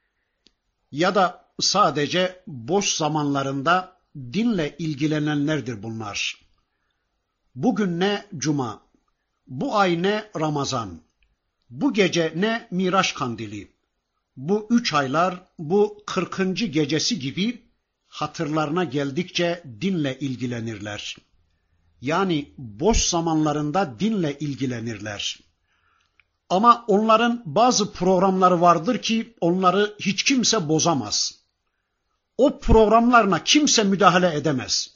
Ya da sadece boş zamanlarında dinle ilgilenenlerdir bunlar. Bugün ne Cuma, bu ay ne Ramazan, bu gece ne Miraç kandili, bu 3 aylar, bu 40. gecesi gibi hatırlarına geldikçe dinle ilgilenirler. Yani boş zamanlarında dinle ilgilenirler. Ama onların bazı programları vardır ki onları hiç kimse bozamaz. O programlarına kimse müdahale edemez.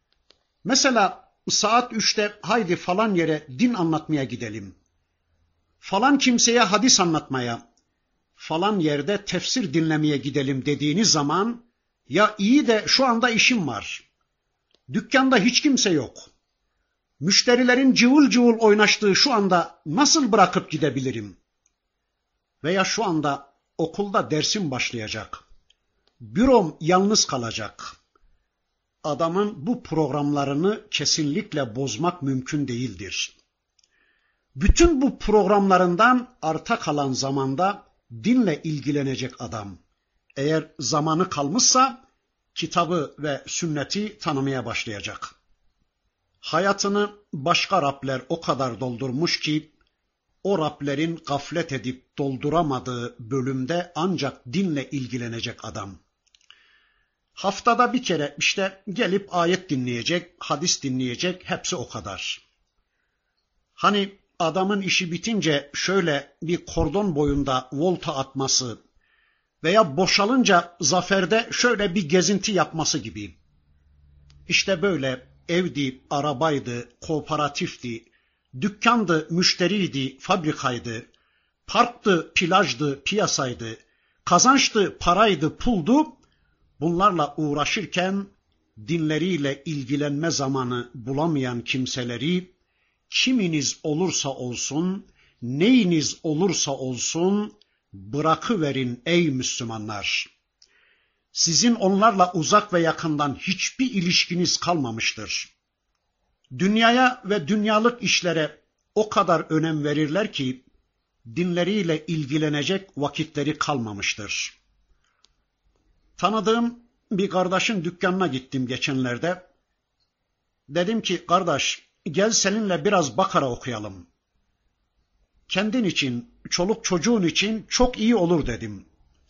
Mesela saat 3'te haydi falan yere din anlatmaya gidelim. Falan kimseye hadis anlatmaya, falan yerde tefsir dinlemeye gidelim dediğiniz zaman, ya iyi de şu anda işim var. Dükkanda hiç kimse yok. Müşterilerin cıvıl cıvıl oynaştığı şu anda nasıl bırakıp gidebilirim? Veya şu anda okulda dersim başlayacak. Bürom yalnız kalacak. Adamın bu programlarını kesinlikle bozmak mümkün değildir. Bütün bu programlarından arta kalan zamanda dinle ilgilenecek adam. Eğer zamanı kalmışsa kitabı ve sünneti tanımaya başlayacak. Hayatını başka Rabler o kadar doldurmuş ki, o Rablerin gaflet edip dolduramadığı bölümde ancak dinle ilgilenecek adam. Haftada bir kere işte gelip ayet dinleyecek, hadis dinleyecek, hepsi o kadar. Hani adamın işi bitince şöyle bir kordon boyunda volta atması veya boşalınca zaferde şöyle bir gezinti yapması gibi. İşte böyle evdi, arabaydı, kooperatifti, dükkandı, müşteriydi, fabrikaydı, parktı, plajdı, piyasaydı, kazançtı, paraydı, puldu, bunlarla uğraşırken dinleriyle ilgilenme zamanı bulamayan kimseleri, kiminiz olursa olsun, neyiniz olursa olsun bırakıverin ey Müslümanlar. Sizin onlarla uzak ve yakından hiçbir ilişkiniz kalmamıştır. Dünyaya ve dünyalık işlere o kadar önem verirler ki dinleriyle ilgilenecek vakitleri kalmamıştır. Tanıdığım bir kardeşin dükkanına gittim geçenlerde. Dedim ki kardeş gel seninle biraz Bakara okuyalım. Kendin için, çoluk çocuğun için çok iyi olur dedim.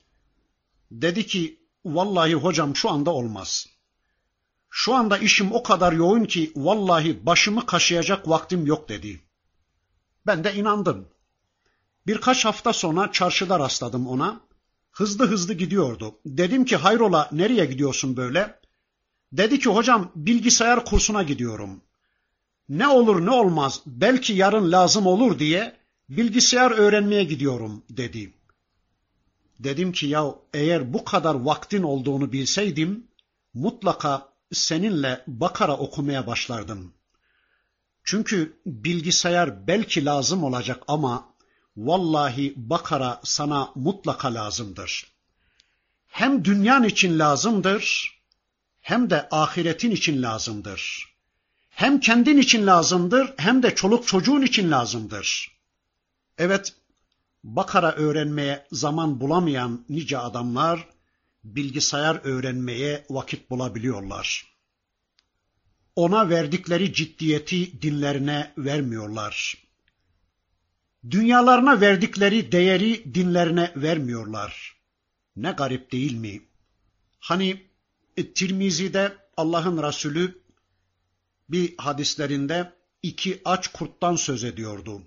Dedi ki vallahi hocam şu anda olmaz. Şu anda işim o kadar yoğun ki vallahi başımı kaşıyacak vaktim yok dedi. Ben de inandım. Birkaç hafta sonra çarşıda rastladım ona. Hızlı hızlı gidiyordu. Dedim ki hayrola nereye gidiyorsun böyle? Dedi ki hocam bilgisayar kursuna gidiyorum. Ne olur ne olmaz belki yarın lazım olur diye bilgisayar öğrenmeye gidiyorum dedi. Dedim ki ya eğer bu kadar vaktin olduğunu bilseydim mutlaka seninle Bakara okumaya başlardım. Çünkü bilgisayar belki lazım olacak ama vallahi Bakara sana mutlaka lazımdır. Hem dünyan için lazımdır, hem de ahiretin için lazımdır. Hem kendin için lazımdır, hem de çoluk çocuğun için lazımdır. Evet, Bakara öğrenmeye zaman bulamayan nice adamlar, bilgisayar öğrenmeye vakit bulabiliyorlar. Ona verdikleri ciddiyeti dinlerine vermiyorlar. Dünyalarına verdikleri değeri dinlerine vermiyorlar. Ne garip değil mi? Hani Tirmizi'de Allah'ın Resulü bir hadislerinde iki aç kurttan söz ediyordu.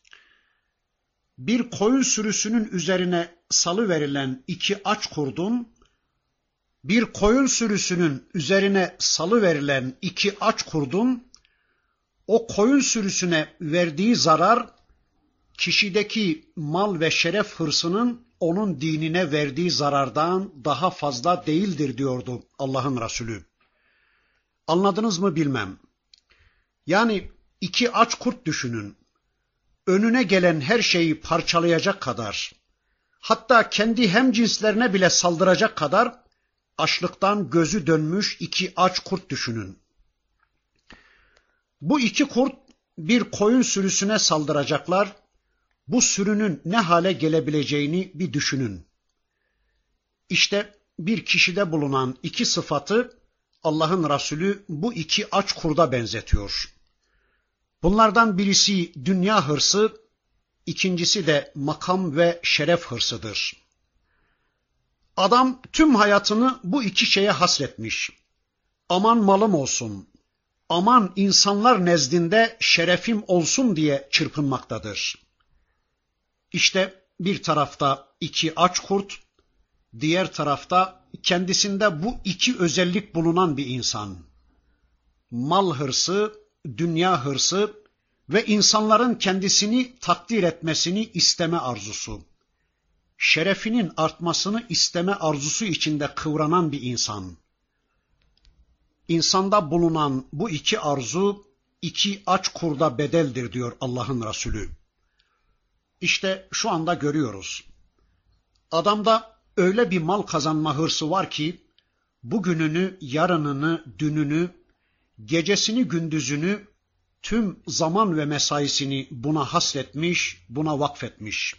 Bir koyun sürüsünün üzerine salıverilen iki aç kurdun, bir koyun sürüsünün üzerine salıverilen iki aç kurdun, o koyun sürüsüne verdiği zarar, kişideki mal ve şeref hırsının onun dinine verdiği zarardan daha fazla değildir diyordu Allah'ın Resulü. Anladınız mı bilmem. Yani iki aç kurt düşünün. Önüne gelen her şeyi parçalayacak kadar, hatta kendi hemcinslerine bile saldıracak kadar açlıktan gözü dönmüş iki aç kurt düşünün. Bu iki kurt bir koyun sürüsüne saldıracaklar. Bu sürünün ne hale gelebileceğini bir düşünün. İşte bir kişide bulunan iki sıfatı Allah'ın Resulü bu iki aç kurda benzetiyor. Bunlardan birisi dünya hırsı, ikincisi de makam ve şeref hırsıdır. Adam tüm hayatını bu iki şeye hasretmiş. Aman malım olsun, aman insanlar nezdinde şerefim olsun diye çırpınmaktadır. İşte bir tarafta iki aç kurt, diğer tarafta kendisinde bu iki özellik bulunan bir insan. Mal hırsı, dünya hırsı ve insanların kendisini takdir etmesini isteme arzusu. Şerefinin artmasını isteme arzusu içinde kıvranan bir insan. İnsanda bulunan bu iki arzu, iki aç kurda bedeldir diyor Allah'ın Resulü. İşte şu anda görüyoruz. Adamda öyle bir mal kazanma hırsı var ki, bugününü, yarınını, dününü, gecesini, gündüzünü, tüm zaman ve mesaisini buna hasretmiş, buna vakfetmiş.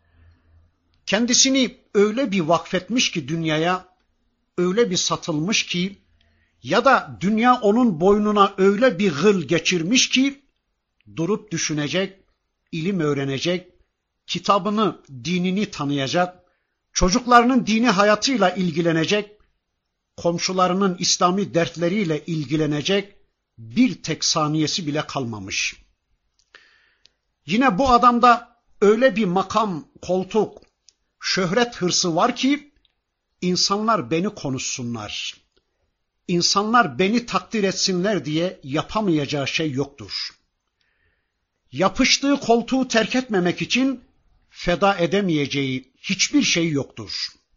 Kendisini öyle bir vakfetmiş ki dünyaya, öyle bir satılmış ki, ya da dünya onun boynuna öyle bir gıl geçirmiş ki, durup düşünecek, ilim öğrenecek, kitabını, dinini tanıyacak, çocuklarının dini hayatıyla ilgilenecek, komşularının İslami dertleriyle ilgilenecek bir tek saniyesi bile kalmamış. Yine bu adamda öyle bir makam, koltuk, şöhret hırsı var ki, insanlar beni konuşsunlar, insanlar beni takdir etsinler diye yapamayacağı şey yoktur. Yapıştığı koltuğu terk etmemek için feda edemeyeceği hiçbir şey yoktur.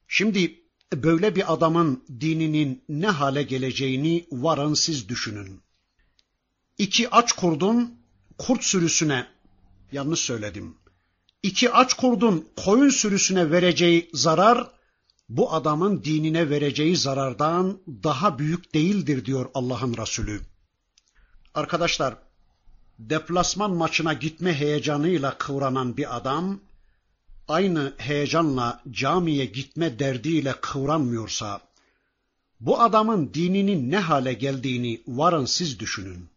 Şimdi böyle bir adamın dininin ne hale geleceğini varın siz düşünün. İki aç kurdun kurt sürüsüne, yanlış söyledim. İki aç kurdun koyun sürüsüne vereceği zarar, bu adamın dinine vereceği zarardan daha büyük değildir diyor Allah'ın Resulü. Arkadaşlar, deplasman maçına gitme heyecanıyla kıvranan bir adam, aynı heyecanla camiye gitme derdiyle kıvranmıyorsa, bu adamın dininin ne hale geldiğini varın siz düşünün.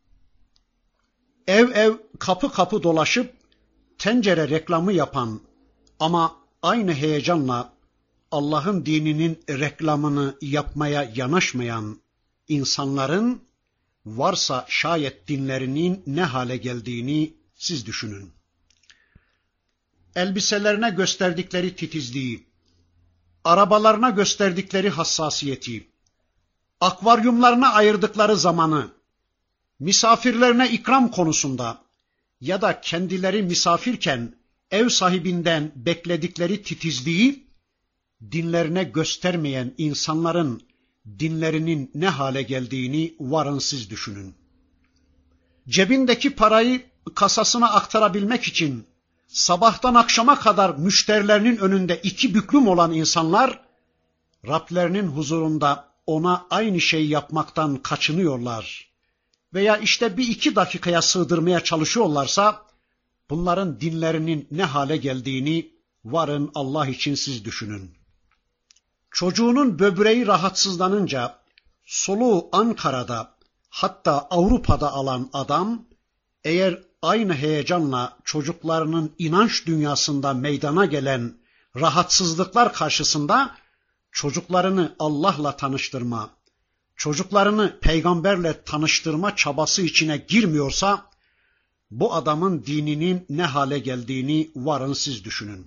Ev ev, kapı kapı dolaşıp tencere reklamı yapan ama aynı heyecanla Allah'ın dininin reklamını yapmaya yanaşmayan insanların varsa şayet dinlerinin ne hale geldiğini siz düşünün. Elbiselerine gösterdikleri titizliği, arabalarına gösterdikleri hassasiyeti, akvaryumlarına ayırdıkları zamanı, misafirlerine ikram konusunda ya da kendileri misafirken ev sahibinden bekledikleri titizliği dinlerine göstermeyen insanların dinlerinin ne hale geldiğini varın siz düşünün. Cebindeki parayı kasasına aktarabilmek için sabahtan akşama kadar müşterilerinin önünde iki büklüm olan insanlar, Rablerinin huzurunda ona aynı şeyi yapmaktan kaçınıyorlar veya işte bir iki dakikaya sığdırmaya çalışıyorlarsa, bunların dinlerinin ne hale geldiğini varın Allah için siz düşünün. Çocuğunun böbreği rahatsızlanınca soluğu Ankara'da hatta Avrupa'da alan adam, eğer aynı heyecanla çocuklarının inanç dünyasında meydana gelen rahatsızlıklar karşısında çocuklarını Allah'la tanıştırma, çocuklarını peygamberle tanıştırma çabası içine girmiyorsa, bu adamın dininin ne hale geldiğini varın siz düşünün.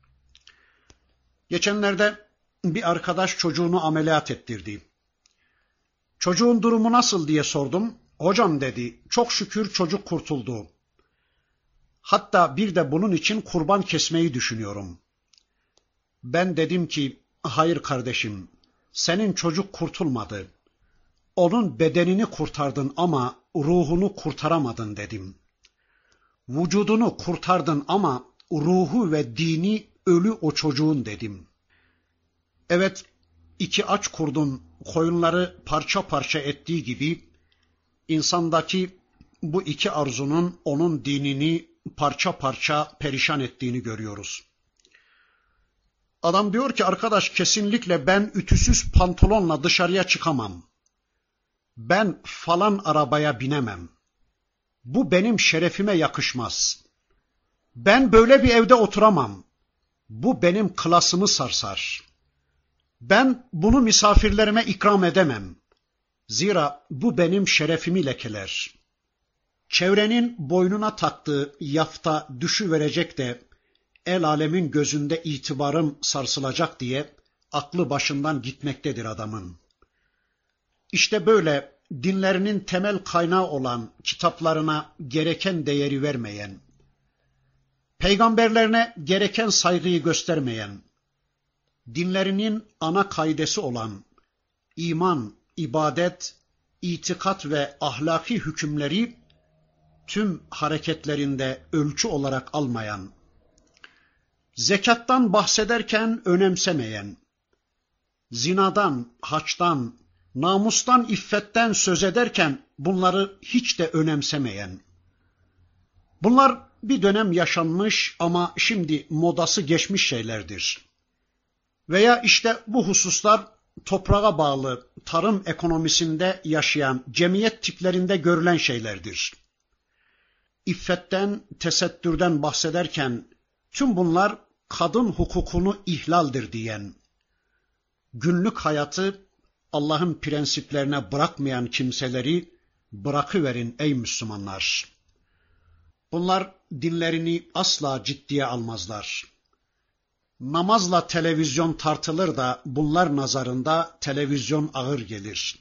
Geçenlerde bir arkadaş çocuğunu ameliyat ettirdi. Çocuğun durumu nasıl diye sordum. Hocam dedi, çok şükür çocuk kurtuldu. Hatta bir de bunun için kurban kesmeyi düşünüyorum. Ben dedim ki, hayır kardeşim, senin çocuk kurtulmadı. Onun bedenini kurtardın ama ruhunu kurtaramadın dedim. Vücudunu kurtardın ama ruhu ve dini ölü o çocuğun dedim. Evet, iki aç kurdun koyunları parça parça ettiği gibi, insandaki bu iki arzunun onun dinini parça parça perişan ettiğini görüyoruz. Adam diyor ki, arkadaş kesinlikle ben ütüsüz pantolonla dışarıya çıkamam. Ben falan arabaya binemem. Bu benim şerefime yakışmaz. Ben böyle bir evde oturamam. Bu benim klasımı sarsar. Ben bunu misafirlerime ikram edemem. Zira bu benim şerefimi lekeler. Çevrenin boynuna taktığı yafta düşüverecek de el alemin gözünde itibarım sarsılacak diye aklı başından gitmektedir adamın. İşte böyle dinlerinin temel kaynağı olan kitaplarına gereken değeri vermeyen, peygamberlerine gereken saygıyı göstermeyen, dinlerinin ana kaidesi olan iman, ibadet, itikat ve ahlaki hükümleri tüm hareketlerinde ölçü olarak almayan, zekattan bahsederken önemsemeyen, zinadan, haçtan, namustan, iffetten söz ederken bunları hiç de önemsemeyen, bunlar bir dönem yaşanmış ama şimdi modası geçmiş şeylerdir. Veya işte bu hususlar toprağa bağlı tarım ekonomisinde yaşayan cemiyet tiplerinde görülen şeylerdir. İffetten, tesettürden bahsederken tüm bunlar kadın hukukunu ihlaldir diyen, günlük hayatı Allah'ın prensiplerine bırakmayan kimseleri bırakıverin ey Müslümanlar. Bunlar dinlerini asla ciddiye almazlar. Namazla televizyon tartılır da bunlar nazarında televizyon ağır gelir.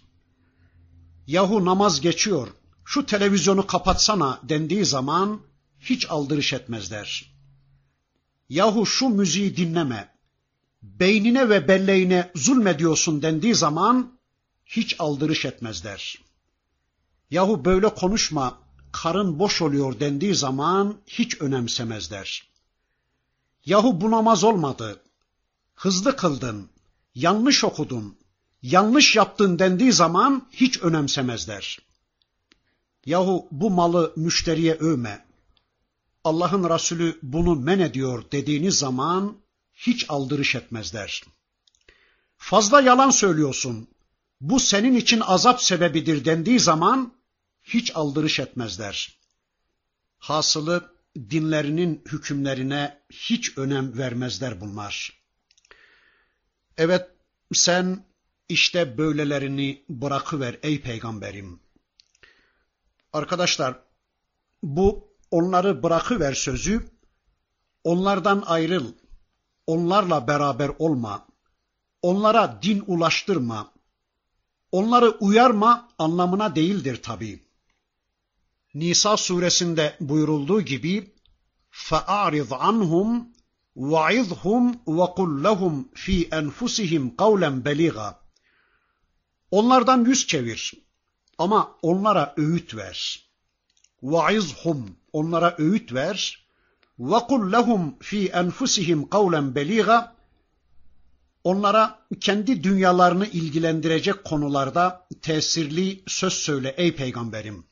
Yahu namaz geçiyor, şu televizyonu kapatsana dendiği zaman hiç aldırış etmezler. Yahu şu müziği dinleme, beynine ve belleğine zulmediyorsun dendiği zaman hiç aldırış etmezler. Yahu böyle konuşma, karın boş oluyor dendiği zaman hiç önemsemezler. Yahu bu namaz olmadı, hızlı kıldın, yanlış okudun, yanlış yaptın dendiği zaman hiç önemsemezler. Yahu bu malı müşteriye övme, Allah'ın Resulü bunu men ediyor dediğiniz zaman hiç aldırış etmezler. Fazla yalan söylüyorsun, bu senin için azap sebebidir dendiği zaman hiç aldırış etmezler. Hasılı dinlerinin hükümlerine hiç önem vermezler bunlar. Evet, sen işte böylelerini bırakıver ey peygamberim. Arkadaşlar, bu onları bırakıver sözü, onlardan ayrıl, onlarla beraber olma, onlara din ulaştırma, onları uyarma anlamına değildir tabii. Nisa suresinde buyurulduğu gibi فَاَعْرِضْ عَنْهُمْ وَعِظْهُمْ وَقُلْ لَهُمْ ف۪ي أَنْفُسِهِمْ قَوْلًا بَلِيغًا. Onlardan yüz çevir ama onlara öğüt ver. وَعِظْهُمْ, onlara öğüt ver. وَقُلْ لَهُمْ ف۪ي أَنْفُسِهِمْ قَوْلًا بَلِيغًا. Onlara kendi dünyalarını ilgilendirecek konularda tesirli söz söyle ey peygamberim.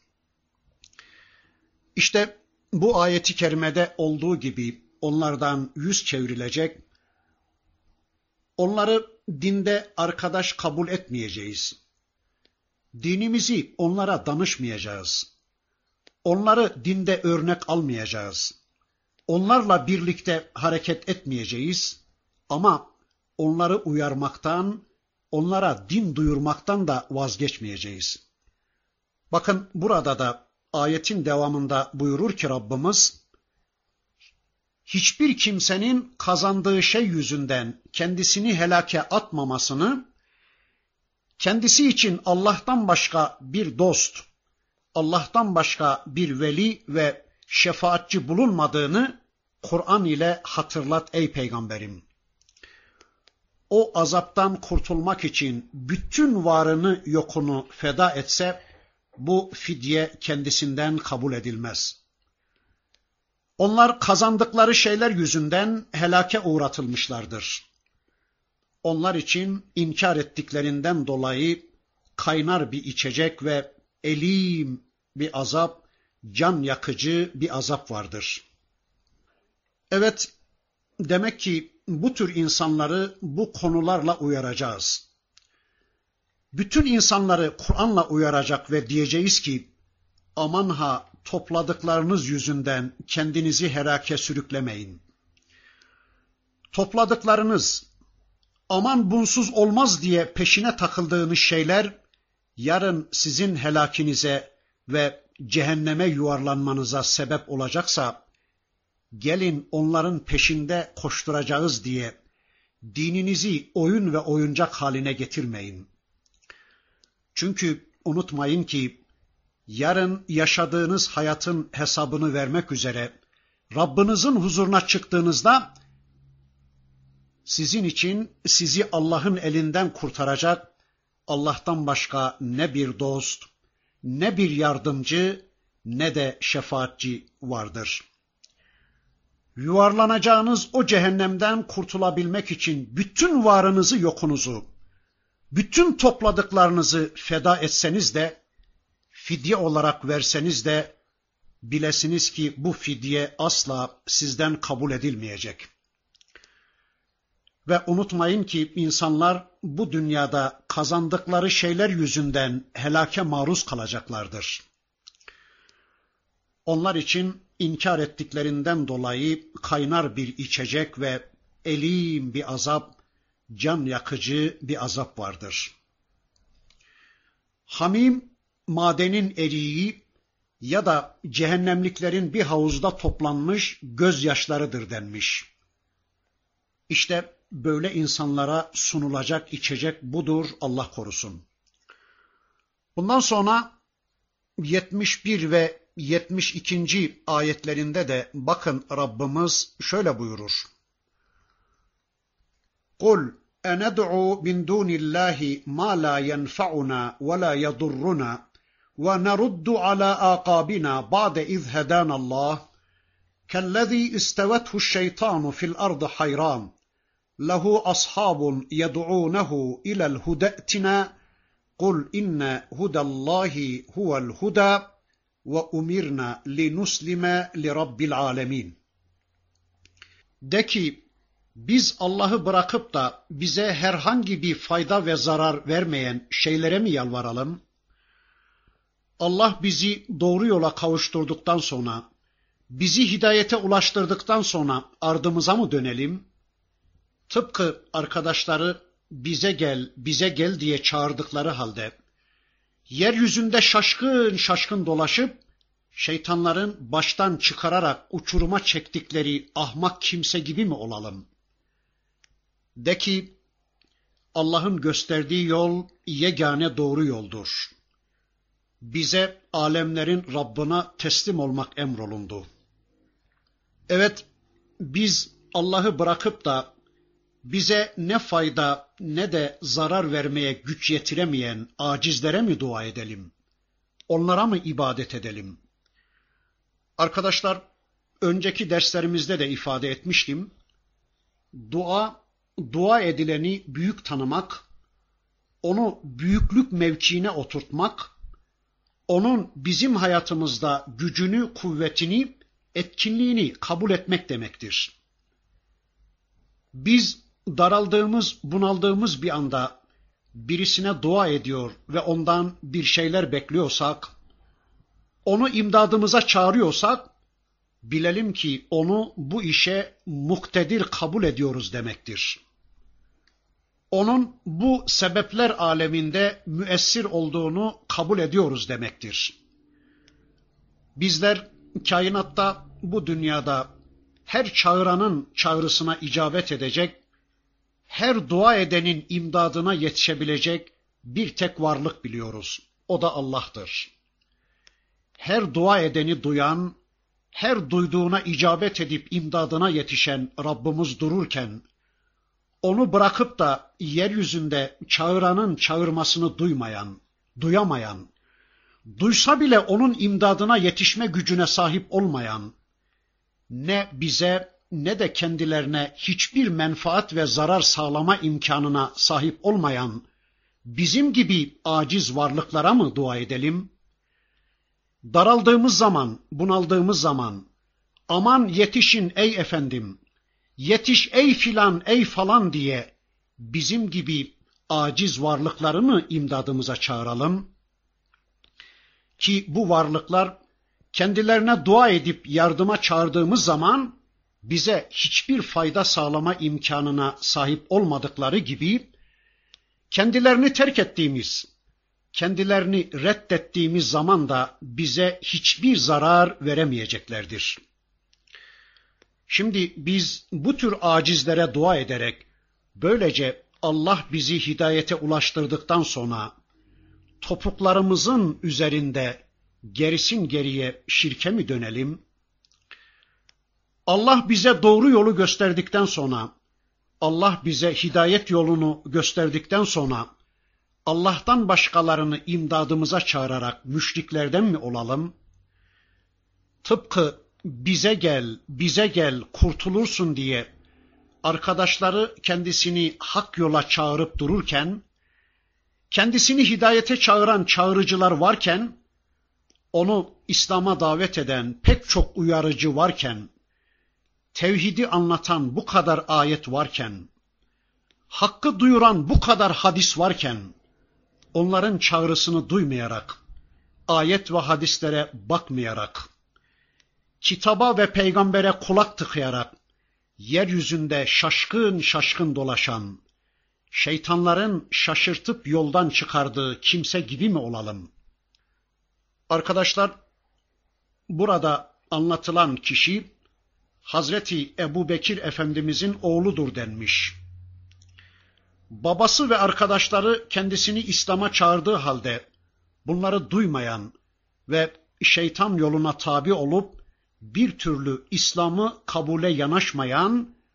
İşte bu ayeti kerimede olduğu gibi onlardan yüz çevrilecek, onları dinde arkadaş kabul etmeyeceğiz. Dinimizi onlara danışmayacağız. Onları dinde örnek almayacağız. Onlarla birlikte hareket etmeyeceğiz ama onları uyarmaktan, onlara din duyurmaktan da vazgeçmeyeceğiz. Bakın burada da ayetin devamında buyurur ki Rabbimiz, hiçbir kimsenin kazandığı şey yüzünden kendisini helake atmamasını, kendisi için Allah'tan başka bir dost, Allah'tan başka bir veli ve şefaatçi bulunmadığını Kur'an ile hatırlat ey peygamberim. O azaptan kurtulmak için bütün varını yokunu feda etse, bu fidye kendisinden kabul edilmez. Onlar kazandıkları şeyler yüzünden helake uğratılmışlardır. Onlar için inkar ettiklerinden dolayı kaynar bir içecek ve elim bir azap, can yakıcı bir azap vardır. Evet, demek ki bu tür insanları bu konularla uyaracağız. Bütün insanları Kur'an'la uyaracak ve diyeceğiz ki, aman ha topladıklarınız yüzünden kendinizi helake sürüklemeyin. Topladıklarınız, aman bunsuz olmaz diye peşine takıldığınız şeyler, yarın sizin helakinize ve cehenneme yuvarlanmanıza sebep olacaksa, gelin onların peşinde koşturacağız diye dininizi oyun ve oyuncak haline getirmeyin. Çünkü unutmayın ki yarın yaşadığınız hayatın hesabını vermek üzere Rabbinizin huzuruna çıktığınızda sizin için sizi Allah'ın elinden kurtaracak Allah'tan başka ne bir dost, ne bir yardımcı, ne de şefaatçi vardır. Yuvarlanacağınız o cehennemden kurtulabilmek için bütün varınızı yokunuzu, bütün topladıklarınızı feda etseniz de, fidye olarak verseniz de, bilesiniz ki bu fidye asla sizden kabul edilmeyecek. Ve unutmayın ki insanlar bu dünyada kazandıkları şeyler yüzünden helake maruz kalacaklardır. Onlar için inkar ettiklerinden dolayı kaynar bir içecek ve elim bir azap, can yakıcı bir azap vardır. Hamim, madenin eriği ya da cehennemliklerin bir havuzda toplanmış gözyaşlarıdır denmiş. İşte böyle insanlara sunulacak içecek budur, Allah korusun. Bundan sonra 71 ve 72. ayetlerinde de bakın Rabbimiz şöyle buyurur. قُلْ اَنَدْعُوا مِنْ دُونِ اللّٰهِ مَا لَا يَنْفَعُنَا وَلَا يَضُرُّنَا وَنَرُدُّ عَلَى آقَابِنَا بَعْدَ إِذْ هَدَانَ اللّٰهِ كَالَّذ۪ي اِسْتَوَتْهُ الشَّيْطَانُ فِي الْأَرْضِ حَيْرَانٍ لَهُ أَصْحَابٌ يَدْعُونَهُ إِلَى الْهُدَى ائْتِنَا قُلْ إِنَّ هُدَى اللّٰهِ هُوَ الْهُدَى وَأُمِرْنَا لِنُسْلِمَ لِرَبِّ الْعَالَمِينَ. De ki, biz Allah'ı bırakıp da bize herhangi bir fayda ve zarar vermeyen şeylere mi yalvaralım? Allah bizi doğru yola kavuşturduktan sonra, bizi hidayete ulaştırdıktan sonra ardımıza mı dönelim? Tıpkı arkadaşları bize gel, bize gel diye çağırdıkları halde, yeryüzünde şaşkın şaşkın dolaşıp, şeytanların baştan çıkararak uçuruma çektikleri ahmak kimse gibi mi olalım? De ki, Allah'ın gösterdiği yol yegane doğru yoldur. Bize alemlerin Rabbına teslim olmak emrolundu. Evet, biz Allah'ı bırakıp da bize ne fayda ne de zarar vermeye güç yetiremeyen acizlere mi dua edelim? Onlara mı ibadet edelim? Arkadaşlar, önceki derslerimizde de ifade etmiştim. Dua edileni büyük tanımak, onu büyüklük mevkiine oturtmak, onun bizim hayatımızda gücünü, kuvvetini, etkinliğini kabul etmek demektir. Biz daraldığımız, bunaldığımız bir anda birisine dua ediyor ve ondan bir şeyler bekliyorsak, onu imdadımıza çağırıyorsak, bilelim ki onu bu işe muktedir kabul ediyoruz demektir. Onun bu sebepler aleminde müessir olduğunu kabul ediyoruz demektir. Bizler kainatta, bu dünyada her çağıranın çağrısına icabet edecek, her dua edenin imdadına yetişebilecek bir tek varlık biliyoruz. O da Allah'tır. Her dua edeni duyan, her duyduğuna icabet edip imdadına yetişen Rabbimiz dururken, onu bırakıp da yeryüzünde çağıranın çağırmasını duyamayan, duysa bile onun imdadına yetişme gücüne sahip olmayan, ne bize ne de kendilerine hiçbir menfaat ve zarar sağlama imkanına sahip olmayan bizim gibi aciz varlıklara mı dua edelim? Daraldığımız zaman, bunaldığımız zaman, aman yetişin ey efendim, yetiş ey filan ey falan diye bizim gibi aciz varlıkları mı imdadımıza çağıralım? Ki bu varlıklar kendilerine dua edip yardıma çağırdığımız zaman bize hiçbir fayda sağlama imkanına sahip olmadıkları gibi kendilerini terk ettiğimiz, kendilerini reddettiğimiz zaman da bize hiçbir zarar veremeyeceklerdir. Şimdi biz bu tür acizlere dua ederek böylece Allah bizi hidayete ulaştırdıktan sonra topuklarımızın üzerinde gerisin geriye şirke mi dönelim? Allah bize doğru yolu gösterdikten sonra, Allah bize hidayet yolunu gösterdikten sonra Allah'tan başkalarını imdadımıza çağırarak müşriklerden mi olalım? Tıpkı bize gel kurtulursun diye arkadaşları kendisini hak yola çağırıp dururken, kendisini hidayete çağıran çağırıcılar varken, onu İslam'a davet eden pek çok uyarıcı varken, tevhidi anlatan bu kadar ayet varken, hakkı duyuran bu kadar hadis varken, onların çağrısını duymayarak, ayet ve hadislere bakmayarak, kitaba ve peygambere kulak tıkayarak, yeryüzünde şaşkın şaşkın dolaşan, şeytanların şaşırtıp yoldan çıkardığı kimse gibi mi olalım? Arkadaşlar, burada anlatılan kişi, Hazreti Ebu Bekir Efendimizin oğludur denmiş. Babası ve arkadaşları kendisini İslam'a çağırdığı halde, bunları duymayan ve şeytan yoluna tabi olup, bir türlü İslam'ı kabule yanaşmayan,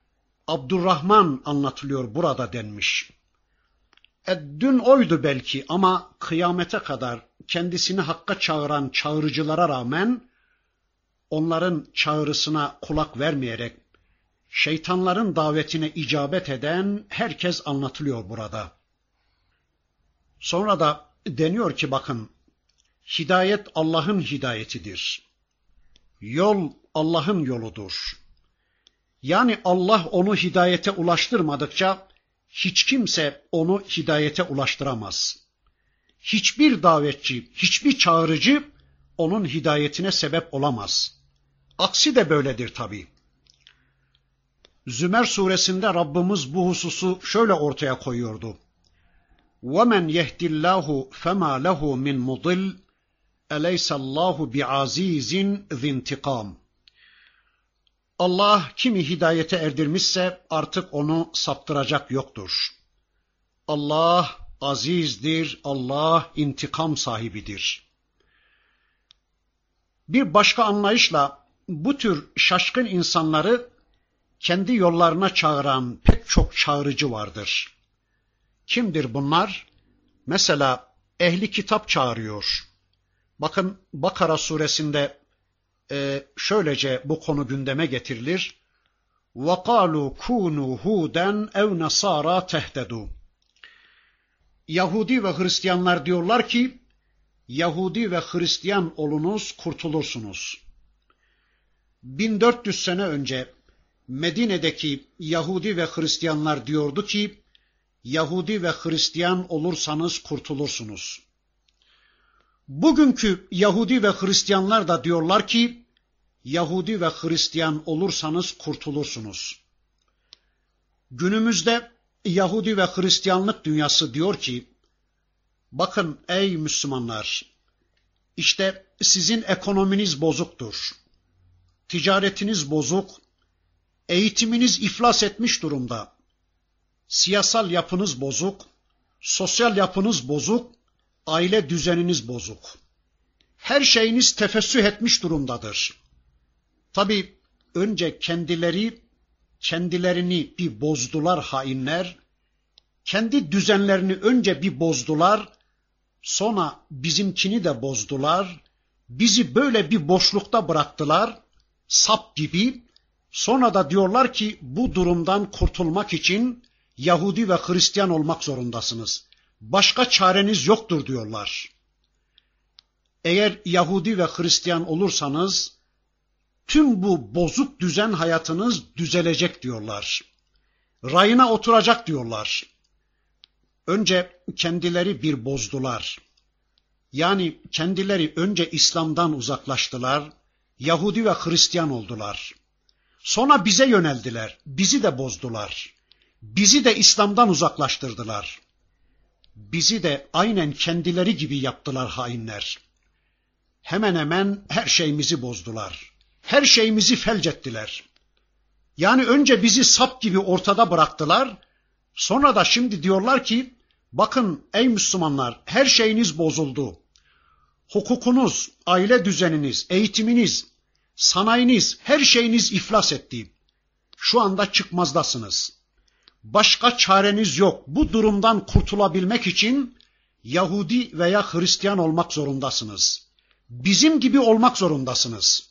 Abdurrahman anlatılıyor burada denmiş. Dün oydu belki ama kıyamete kadar kendisini hakka çağıran çağırıcılara rağmen onların çağrısına kulak vermeyerek şeytanların davetine icabet eden herkes anlatılıyor burada. Sonra da deniyor ki bakın, hidayet Allah'ın hidayetidir. Yol Allah'ın yoludur. Yani Allah onu hidayete ulaştırmadıkça hiç kimse onu hidayete ulaştıramaz. Hiçbir davetçi, hiçbir çağırıcı onun hidayetine sebep olamaz. Aksi de böyledir tabii. Zümer suresinde Rabbimiz bu hususu şöyle ortaya koyuyordu. وَمَنْ يَهْدِ اللّٰهُ فَمَا لَهُ مِنْ مُضِلٍّ اَلَيْسَ اللّٰهُ بِعَز۪يزٍ ذِي انْتِقَامٍ. Allah kimi hidayete erdirmişse artık onu saptıracak yoktur. Allah azizdir, Allah intikam sahibidir. Bir başka anlayışla bu tür şaşkın insanları kendi yollarına çağıran pek çok çağırıcı vardır. Kimdir bunlar? Mesela ehli kitap çağırıyor. Bakın Bakara suresinde şöylece bu konu gündeme getirilir. وَقَالُوا كُونُوا هُودًا اَوْ نَصَارَى تَهْتَدُوا. Yahudi ve Hristiyanlar diyorlar ki, Yahudi ve Hristiyan olunuz, kurtulursunuz. 1400 sene önce Medine'deki Yahudi ve Hristiyanlar diyordu ki, Yahudi ve Hristiyan olursanız kurtulursunuz. Bugünkü Yahudi ve Hristiyanlar da diyorlar ki, Yahudi ve Hristiyan olursanız kurtulursunuz. Günümüzde Yahudi ve Hristiyanlık dünyası diyor ki, bakın ey Müslümanlar, işte sizin ekonominiz bozuktur, ticaretiniz bozuk, eğitiminiz iflas etmiş durumda, siyasal yapınız bozuk, sosyal yapınız bozuk, aile düzeniniz bozuk. Her şeyiniz tefessüh etmiş durumdadır. Tabii önce kendilerini bir bozdular hainler, kendi düzenlerini önce bir bozdular, sonra bizimkini de bozdular, bizi böyle bir boşlukta bıraktılar, sap gibi. Sonra da diyorlar ki bu durumdan kurtulmak için Yahudi ve Hristiyan olmak zorundasınız. Başka çareniz yoktur diyorlar. Eğer Yahudi ve Hristiyan olursanız tüm bu bozuk düzen hayatınız düzelecek diyorlar. Rayına oturacak diyorlar. Önce kendileri bir bozdular. Yani kendileri önce İslam'dan uzaklaştılar, Yahudi ve Hristiyan oldular. Sonra bize yöneldiler, bizi de bozdular. Bizi de İslam'dan uzaklaştırdılar. Bizi de aynen kendileri gibi yaptılar hainler. Hemen hemen her şeyimizi bozdular. Her şeyimizi felç ettiler. Yani önce bizi sap gibi ortada bıraktılar. Sonra da şimdi diyorlar ki, bakın ey Müslümanlar, her şeyiniz bozuldu. Hukukunuz, aile düzeniniz, eğitiminiz, sanayiniz, her şeyiniz iflas etti. Şu anda çıkmazdasınız. Başka çareniz yok. Bu durumdan kurtulabilmek için Yahudi veya Hristiyan olmak zorundasınız. Bizim gibi olmak zorundasınız.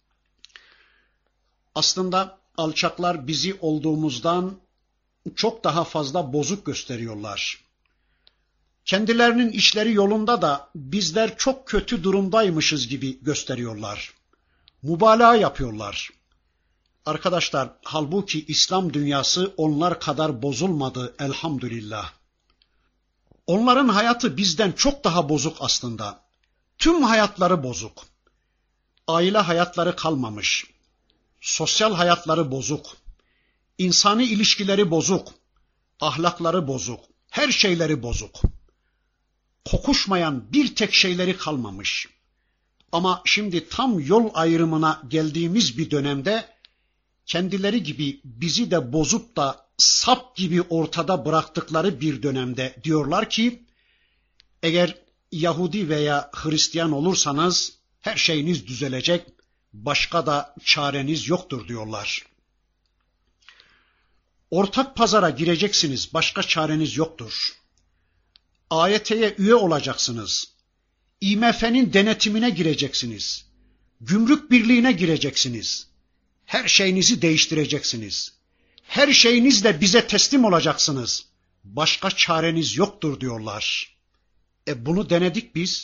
Aslında alçaklar bizi olduğumuzdan çok daha fazla bozuk gösteriyorlar. Kendilerinin işleri yolunda da bizler çok kötü durumdaymışız gibi gösteriyorlar. Mübalağa yapıyorlar. Arkadaşlar, halbuki İslam dünyası onlar kadar bozulmadı elhamdülillah. Onların hayatı bizden çok daha bozuk aslında. Tüm hayatları bozuk. Aile hayatları kalmamış. Sosyal hayatları bozuk. İnsani ilişkileri bozuk. Ahlakları bozuk. Her şeyleri bozuk. Kokuşmayan bir tek şeyleri kalmamış. Ama şimdi tam yol ayrımına geldiğimiz bir dönemde kendileri gibi bizi de bozup da sap gibi ortada bıraktıkları bir dönemde diyorlar ki, eğer Yahudi veya Hristiyan olursanız her şeyiniz düzelecek, başka da çareniz yoktur diyorlar. Ortak pazara gireceksiniz, başka çareniz yoktur. AYT'ye üye olacaksınız. IMF'nin denetimine gireceksiniz. Gümrük birliğine gireceksiniz. Her şeyinizi değiştireceksiniz. Her şeyinizle bize teslim olacaksınız. Başka çareniz yoktur diyorlar. Bunu denedik biz.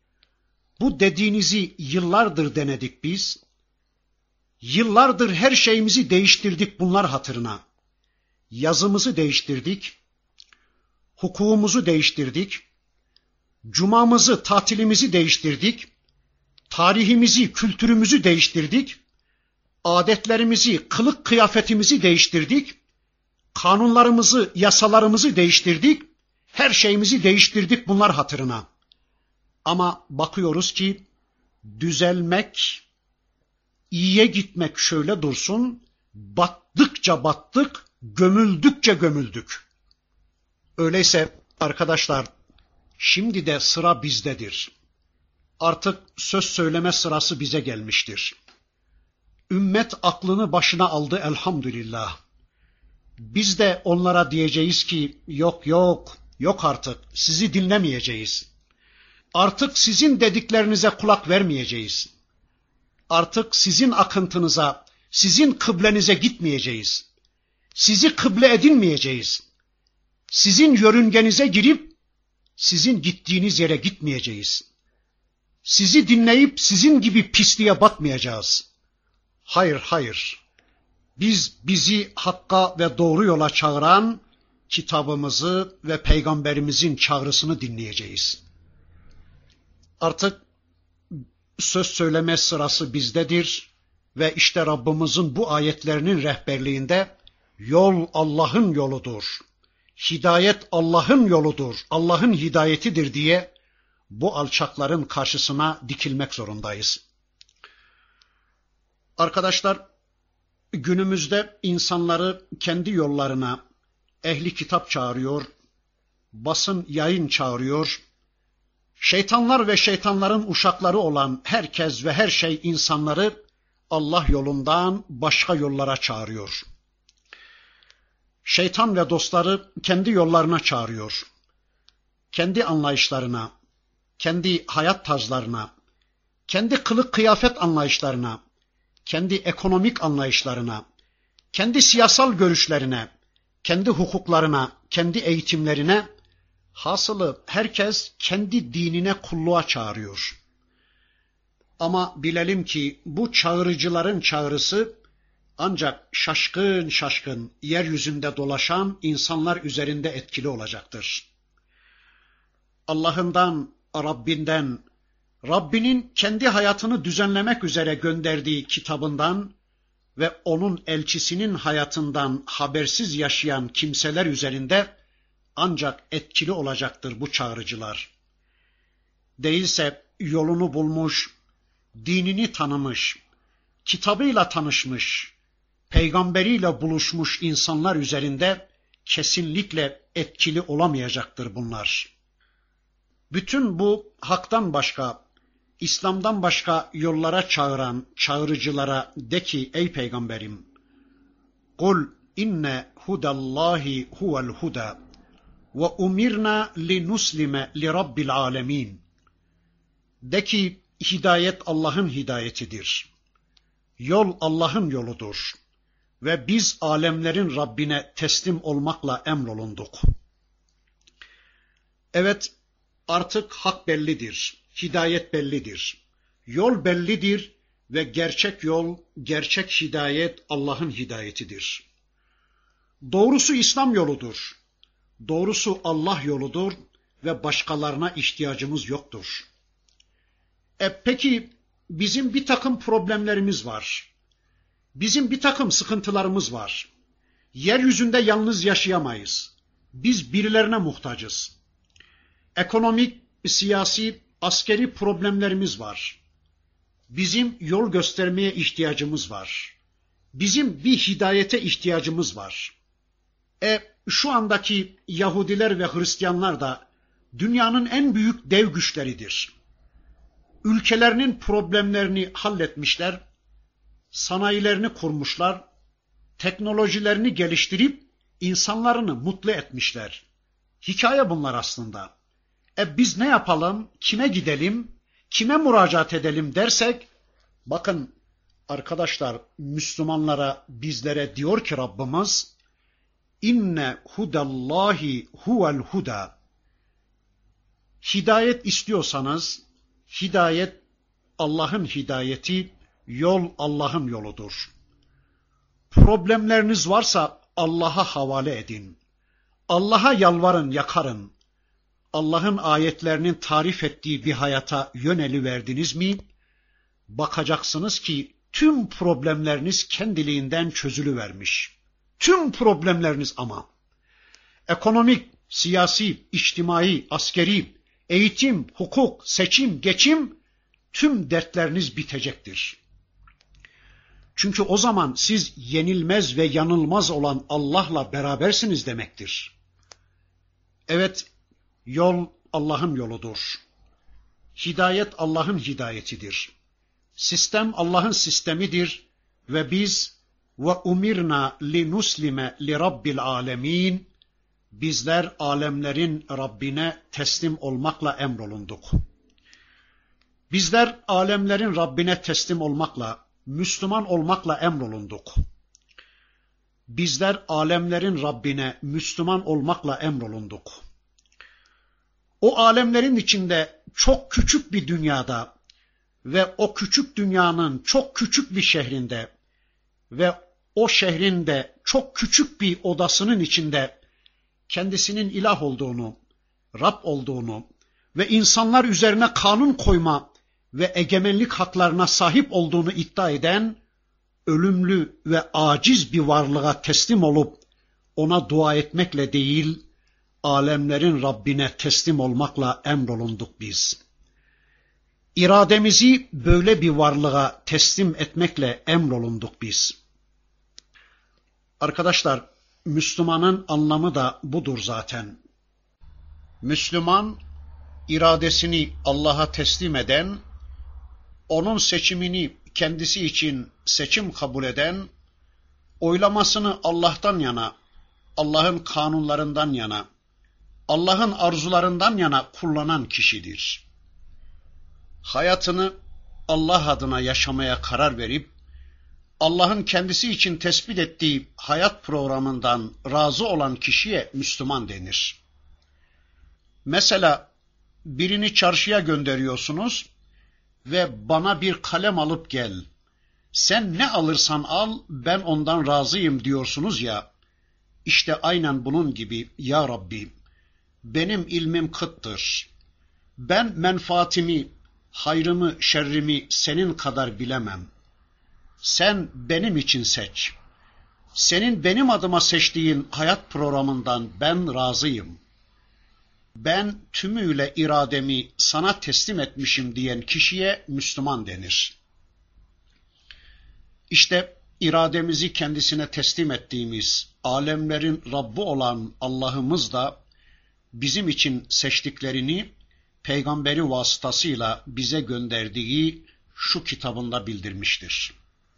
Bu dediğinizi yıllardır denedik biz. Yıllardır her şeyimizi değiştirdik bunlar hatırına. Yazımızı değiştirdik. Hukukumuzu değiştirdik. Cumamızı, tatilimizi değiştirdik. Tarihimizi, kültürümüzü değiştirdik. Adetlerimizi, kılık kıyafetimizi değiştirdik. Kanunlarımızı, yasalarımızı değiştirdik. Her şeyimizi değiştirdik bunlar hatırına. Ama bakıyoruz ki düzelmek, iyiye gitmek şöyle dursun, battıkça battık, gömüldükçe gömüldük. Öyleyse arkadaşlar, şimdi de sıra bizdedir. Artık söz söyleme sırası bize gelmiştir. Ümmet aklını başına aldı elhamdülillah. Biz de onlara diyeceğiz ki yok artık sizi dinlemeyeceğiz. Artık sizin dediklerinize kulak vermeyeceğiz. Artık sizin akıntınıza, sizin kıblenize gitmeyeceğiz. Sizi kıble edinmeyeceğiz. Sizin yörüngenize girip sizin gittiğiniz yere gitmeyeceğiz. Sizi dinleyip sizin gibi pisliğe batmayacağız. Hayır. Biz bizi hakka ve doğru yola çağıran kitabımızı ve peygamberimizin çağrısını dinleyeceğiz. Artık söz söyleme sırası bizdedir ve işte Rabbimizin bu ayetlerinin rehberliğinde yol Allah'ın yoludur. Hidayet Allah'ın yoludur, Allah'ın hidayetidir diye bu alçakların karşısına dikilmek zorundayız. Arkadaşlar, günümüzde insanları kendi yollarına ehli kitap çağırıyor, basın yayın çağırıyor, şeytanlar ve şeytanların uşakları olan herkes ve her şey insanları Allah yolundan başka yollara çağırıyor. Şeytan ve dostları kendi yollarına çağırıyor. Kendi anlayışlarına, kendi hayat tarzlarına, kendi kılık kıyafet anlayışlarına, kendi ekonomik anlayışlarına, kendi siyasal görüşlerine, kendi hukuklarına, kendi eğitimlerine, hasılı herkes kendi dinine kulluğa çağırıyor. Ama bilelim ki bu çağırıcıların çağrısı ancak şaşkın yeryüzünde dolaşan insanlar üzerinde etkili olacaktır. Allah'ından, Rabbinden, Rabbinin kendi hayatını düzenlemek üzere gönderdiği kitabından ve onun elçisinin hayatından habersiz yaşayan kimseler üzerinde ancak etkili olacaktır bu çağrıcılar. Değilse yolunu bulmuş, dinini tanımış, kitabıyla tanışmış, peygamberiyle buluşmuş insanlar üzerinde kesinlikle etkili olamayacaktır bunlar. Bütün bu haktan başka, İslam'dan başka yollara çağıran çağırıcılara de ki ey peygamberim, kul inne hudallahi huvel huda ve umirna linuslime li rabbil alemin. De ki hidayet Allah'ın hidayetidir. Yol Allah'ın yoludur. Ve biz alemlerin Rabbine teslim olmakla emrolunduk. Evet, artık hak bellidir, hidayet bellidir. Yol bellidir ve gerçek yol, gerçek hidayet Allah'ın hidayetidir. Doğrusu İslam yoludur. Doğrusu Allah yoludur ve başkalarına ihtiyacımız yoktur. Peki bizim bir takım problemlerimiz var. Bizim bir takım sıkıntılarımız var. Yeryüzünde yalnız yaşayamayız. Biz birilerine muhtacız. Ekonomik, siyasi, askeri problemlerimiz var. Bizim yol göstermeye ihtiyacımız var. Bizim bir hidayete ihtiyacımız var. Şu andaki Yahudiler ve Hristiyanlar da dünyanın en büyük dev güçleridir. Ülkelerinin problemlerini halletmişler, sanayilerini kurmuşlar, teknolojilerini geliştirip insanlarını mutlu etmişler. Hikaye bunlar aslında. Biz ne yapalım, kime gidelim, kime müracaat edelim dersek, bakın arkadaşlar, Müslümanlara, bizlere diyor ki Rabbimiz, İnne hudallahi huvel huda. Hidayet istiyorsanız, hidayet Allah'ın hidayeti, yol Allah'ın yoludur. Problemleriniz varsa Allah'a havale edin. Allah'a yalvarın, yakarın. Allah'ın ayetlerinin tarif ettiği bir hayata yöneliverdiniz mi, bakacaksınız ki tüm problemleriniz kendiliğinden çözülüvermiş. Tüm problemleriniz ama. Ekonomik, siyasi, içtimai, askeri, eğitim, hukuk, seçim, geçim, tüm dertleriniz bitecektir. Çünkü o zaman siz yenilmez ve yanılmaz olan Allah'la berabersiniz demektir. Evet, yol Allah'ın yoludur. Hidayet Allah'ın hidayetidir. Sistem Allah'ın sistemidir ve biz ve umirna linuslime li rabbil alemin, bizler alemlerin Rabbine teslim olmakla emrolunduk. Bizler alemlerin Rabbine teslim olmakla, Müslüman olmakla emrolunduk. Bizler alemlerin Rabbine Müslüman olmakla emrolunduk. O alemlerin içinde çok küçük bir dünyada ve o küçük dünyanın çok küçük bir şehrinde ve o şehrin de çok küçük bir odasının içinde kendisinin ilah olduğunu, Rab olduğunu ve insanlar üzerine kanun koyma ve egemenlik haklarına sahip olduğunu iddia eden ölümlü ve aciz bir varlığa teslim olup ona dua etmekle değil, alemlerin Rabbine teslim olmakla emrolunduk biz. İrademizi böyle bir varlığa teslim etmekle emrolunduk biz. Arkadaşlar, Müslümanın anlamı da budur zaten. Müslüman, iradesini Allah'a teslim eden, onun seçimini kendisi için seçim kabul eden, oylamasını Allah'tan yana, Allah'ın kanunlarından yana, Allah'ın arzularından yana kullanan kişidir. Hayatını Allah adına yaşamaya karar verip, Allah'ın kendisi için tespit ettiği hayat programından razı olan kişiye Müslüman denir. Mesela birini çarşıya gönderiyorsunuz ve bana bir kalem alıp gel, sen ne alırsan al ben ondan razıyım diyorsunuz ya, işte aynen bunun gibi ya Rabbi, benim ilmim kıttır. Ben menfaatimi, hayrımı, şerrimi senin kadar bilemem. Sen benim için seç. Senin benim adıma seçtiğin hayat programından ben razıyım. Ben tümüyle irademi sana teslim etmişim diyen kişiye Müslüman denir. İşte irademizi kendisine teslim ettiğimiz alemlerin Rabbi olan Allah'ımız da bizim için seçtiklerini peygamberi vasıtasıyla bize gönderdiği şu kitabında bildirmiştir.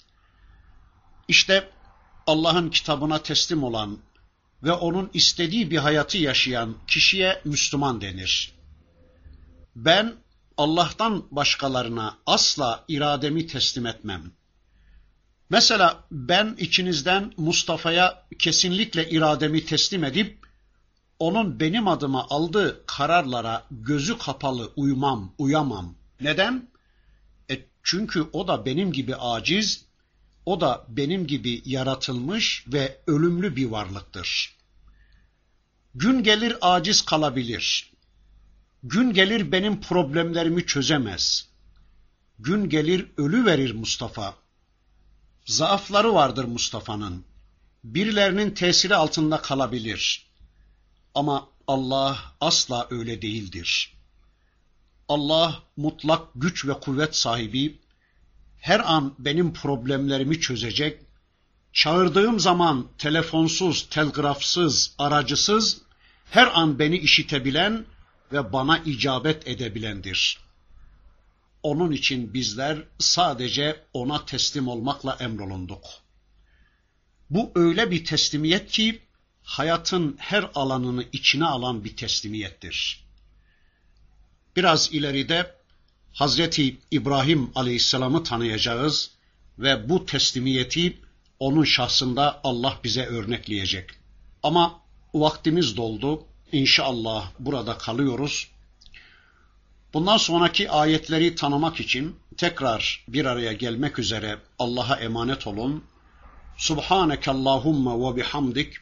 İşte Allah'ın kitabına teslim olan ve onun istediği bir hayatı yaşayan kişiye Müslüman denir. Ben Allah'tan başkalarına asla irademi teslim etmem. Mesela ben içinizden Mustafa'ya kesinlikle irademi teslim edip onun benim adıma aldığı kararlara gözü kapalı uyamam. Neden? Çünkü o da benim gibi aciz, o da benim gibi yaratılmış ve ölümlü bir varlıktır. Gün gelir aciz kalabilir. Gün gelir benim problemlerimi çözemez. Gün gelir ölü verir Mustafa. Zaafları vardır Mustafa'nın. Birilerinin tesiri altında kalabilir. Ama Allah asla öyle değildir. Allah mutlak güç ve kuvvet sahibi, her an benim problemlerimi çözecek, çağırdığım zaman telefonsuz, telgrafsız, aracısız, her an beni işitebilen ve bana icabet edebilendir. Onun için bizler sadece ona teslim olmakla emrolunduk. Bu öyle bir teslimiyet ki, hayatın her alanını içine alan bir teslimiyettir. Biraz ileride Hazreti İbrahim Aleyhisselam'ı tanıyacağız ve bu teslimiyeti onun şahsında Allah bize örnekleyecek. Ama vaktimiz doldu. İnşallah burada kalıyoruz. Bundan sonraki ayetleri tanımak için tekrar bir araya gelmek üzere Allah'a emanet olun. Subhaneke Allahumma ve bihamdik.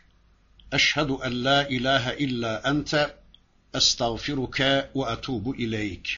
Eşhedü en la ilahe illa ente. Estağfiruke ve etubu ileyk.